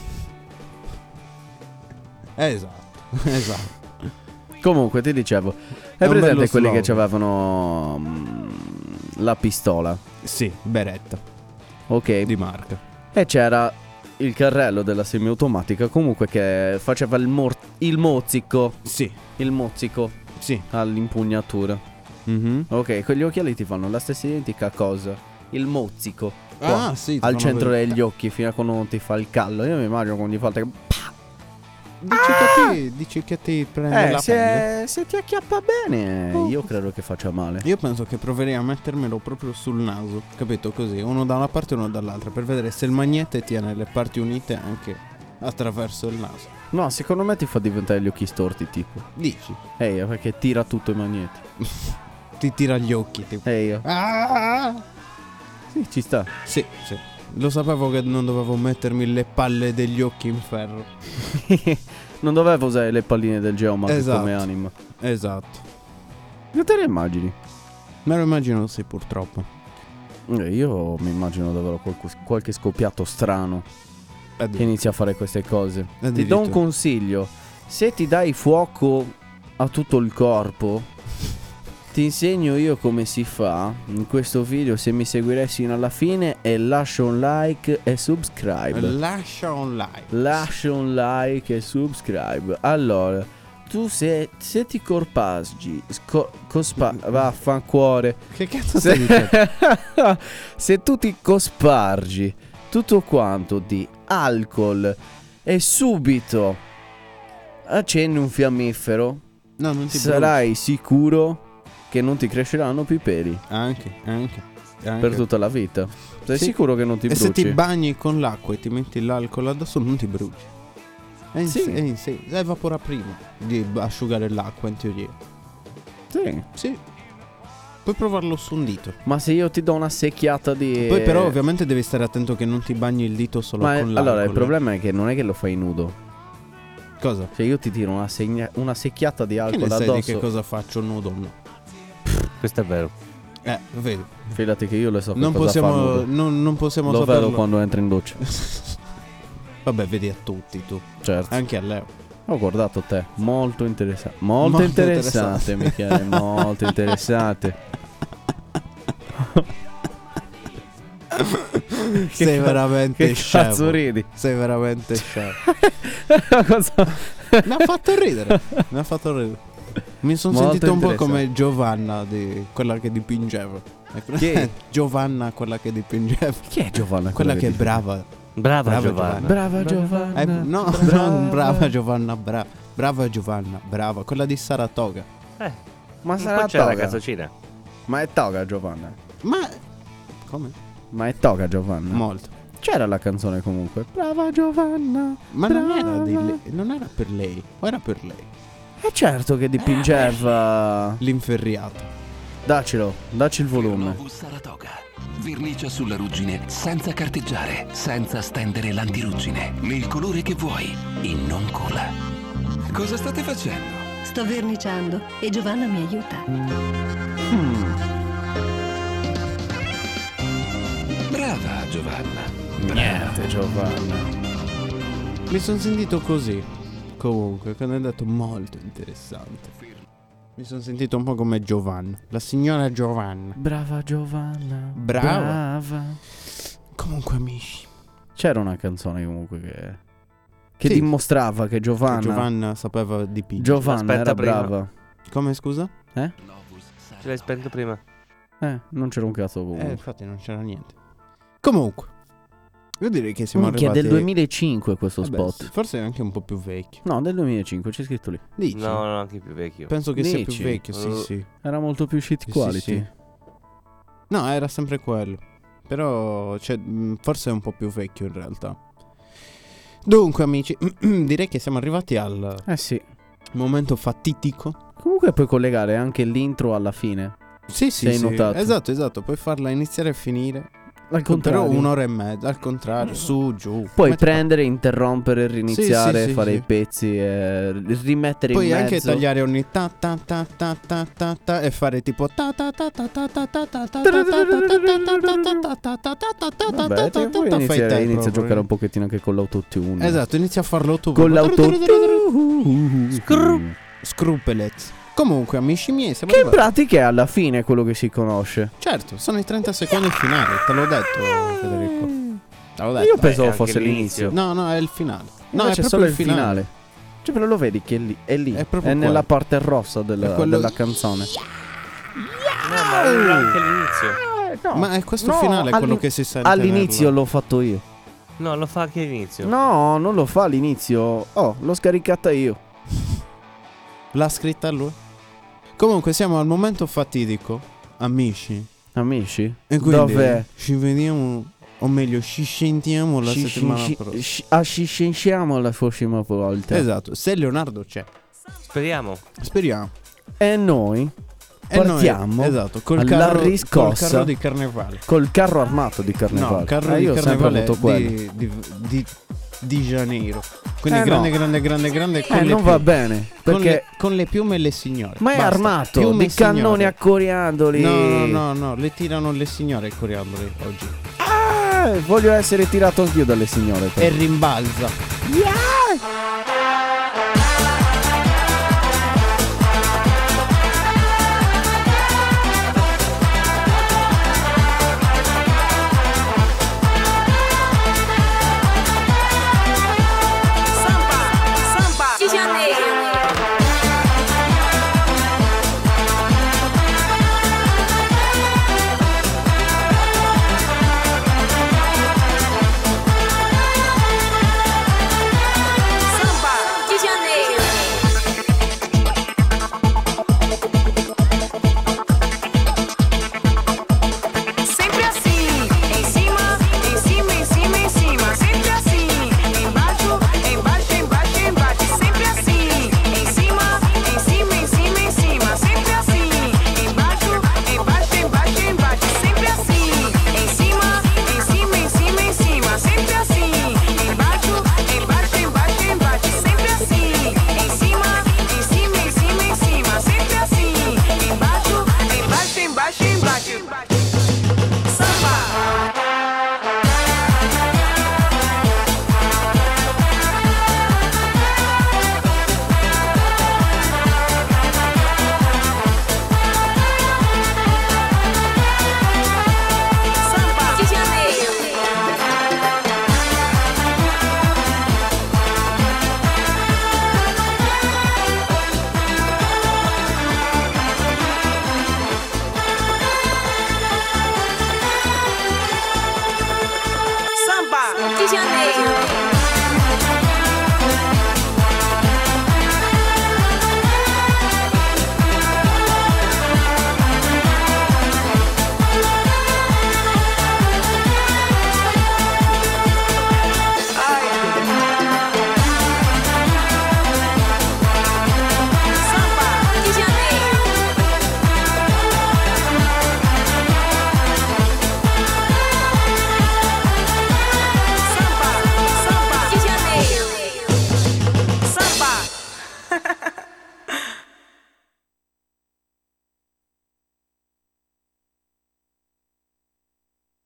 Esatto. Esatto. Comunque ti dicevo, È hai un presente bello quelli che slogan. avevano la pistola? Sì, beretta Ok. di marca. E c'era il carrello della semiautomatica comunque che faceva il mozzico. Sì. Il mozzico Sì. all'impugnatura. Mhm. Ok, quegli occhiali ti fanno la stessa identica cosa. Il mozzico. Qua, Ah, sì. ti al fanno centro vedere. degli occhi fino a quando non ti fa il callo. Io mi immagino quando gli fa il Dici che ti prende la pelle. se ti acchiappa bene, io credo che faccia male. Io penso che proverei a mettermelo proprio sul naso, capito? Così, uno da una parte e uno dall'altra, per vedere se il magnete tiene le parti unite anche attraverso il naso. No, secondo me ti fa diventare gli occhi storti, tipo. Dici? Perché tira tutto i magneti. Ti tira gli occhi, tipo. Ah! Sì, ci sta. Sì. Lo sapevo che non dovevo mettermi le palle degli occhi in ferro. Non dovevo usare le palline del geometro Esatto. come anima. Esatto. Non te le immagini? Me lo immagino, sì, purtroppo. Io mi immagino davvero qualche scoppiato strano che inizia a fare queste cose. Ti do un consiglio: se ti dai fuoco a tutto il corpo, ti insegno io come si fa in questo video, se mi seguirai sino alla fine, e lascia un like e subscribe. Lascia un like E subscribe. Allora, tu se ti corpaggi, vaffancuore. Che cazzo stai dicendo? Se tu ti cospargi tutto quanto di alcol e subito accendi un fiammifero, No, non ti sarai sicuro che non ti cresceranno più i peli Anche. per tutta la vita. Sei Sì. sicuro che non ti E bruci? se ti bagni con l'acqua e ti metti l'alcol addosso non ti bruci. Sì. Evapora prima di asciugare l'acqua, in teoria. Sì. Puoi provarlo su un dito. Ma se io ti do una secchiata di... Poi però ovviamente devi stare attento che non ti bagni il dito solo con l'acqua. Allora il problema è che non è che lo fai nudo. Cosa? Se io ti tiro una secchiata di Che alcol ne sai addosso, di che cosa faccio nudo o no? Questo è vero. Vedi. fidati che io le so che Non cosa possiamo, fa nudo. non possiamo Lo saperlo. vedo quando entro in doccia. Vabbè, vedi a tutti tu. Certo. Anche a Leo. Ho guardato te. Molto interessante. Molto interessante, Michele. Molto interessante. Sei veramente Che scemo. cazzo ridi? Sei veramente scemo. Cosa? Mi ha fatto ridere. Mi sono Molto sentito un po' interessante. come Giovanna, quella che dipingeva. Chi? Giovanna, quella che dipingeva. Chi è Giovanna? Quella che è brava. Brava Giovanna. Brava Giovanna. No, brava. non brava Giovanna, brava Giovanna, brava. Quella di Saratoga. Ma Un sarà po' c'era la toga. cazzocina. Ma è toga Giovanna. Ma come? Ma è toga Giovanna. Molto. C'era la canzone comunque. Brava Giovanna. Ma brava. non era di lei, non era per lei, o era per lei? È certo che dipingeva. L'inferriato. Dacci il volume. Novus Saratoga. Vernicia sulla ruggine senza carteggiare, senza stendere l'antiruggine, nel colore che vuoi e non cola. Cosa state facendo? Sto verniciando e Giovanna mi aiuta. Brava Giovanna. Niente Giovanna. Mi sono sentito così. Comunque, quando hai detto molto interessante. Mi sono sentito un po' come Giovanna. La signora Giovanna. Brava Giovanna. Brava. Brava. Comunque, amici. C'era una canzone comunque che Sì. dimostrava che Giovanna Giovanna sapeva dipingere. Giovanna Aspetta, era prima. brava. Come, scusa? Ce l'hai spento prima. Non c'era un cazzo comunque. Infatti non c'era niente. Comunque, io direi che siamo Minchia, è arrivati... del 2005 questo Vabbè, spot. sì, forse è anche un po' più vecchio. No, del 2005, c'è scritto lì. Dici? No, anche più vecchio. Penso che sia Dici? più vecchio, sì, sì. Era molto più shit Sì, quality. sì, sì. No, era sempre quello. Però forse è un po' più vecchio in realtà. Dunque, amici, direi che siamo arrivati al Sì. momento fatidico. Comunque puoi collegare anche l'intro alla fine. Sì, Se hai notato. Esatto. Puoi farla iniziare e finire. Al contrario. Però un'ora e mezza, al contrario, su, giù. Puoi Come ti prendere, interrompere, riniziare, Sì, sì, fare sì. i pezzi e rimettere Puoi in mezzo. anche tagliare ogni ta ta ta ta ta ta ta e fare tipo ta ta ta ta ta ta ta ta ta Vabbè, te poi inizia a giocare un pochettino anche con l'autotune. Esatto, inizia a farlo tu. Con l'autotune. Scrupelez. Comunque, amici miei, siamo Che in arrivati. pratica è alla fine quello che si conosce. Certo, sono i 30 secondi finali, te l'ho detto, Federico. Te l'ho detto. Io pensavo anche fosse l'inizio. l'inizio. No, è il finale. No, Invece è è proprio solo il finale. Cioè, però lo vedi che è lì. È proprio nella quello. parte rossa È quello- della canzone. No, ma era anche l'inizio. Ma è questo No, finale quello all'in- che si sente All'inizio l'ho fatto io. No, lo fa anche all'inizio. No, non lo fa all'inizio. Oh, l'ho scaricata io. L'ha scritta lui. Comunque siamo al momento fatidico, amici. Amici? E quindi Dov'è? ci vediamo O meglio, ci sentiamo la settimana prossima. Ci sentiamo la prossima volta. Esatto, se Leonardo c'è. Speriamo. E noi partiamo esatto, col carro di carnevale. Col carro armato di carnevale. No, carro di carnevale di Janeiro. Quindi grande non va bene perché con le piume e le signore. Ma è armato piume di cannoni a coriandoli. No, le tirano le signore coriandoli oggi. Voglio essere tirato anch'io dalle signore. E rimbalza.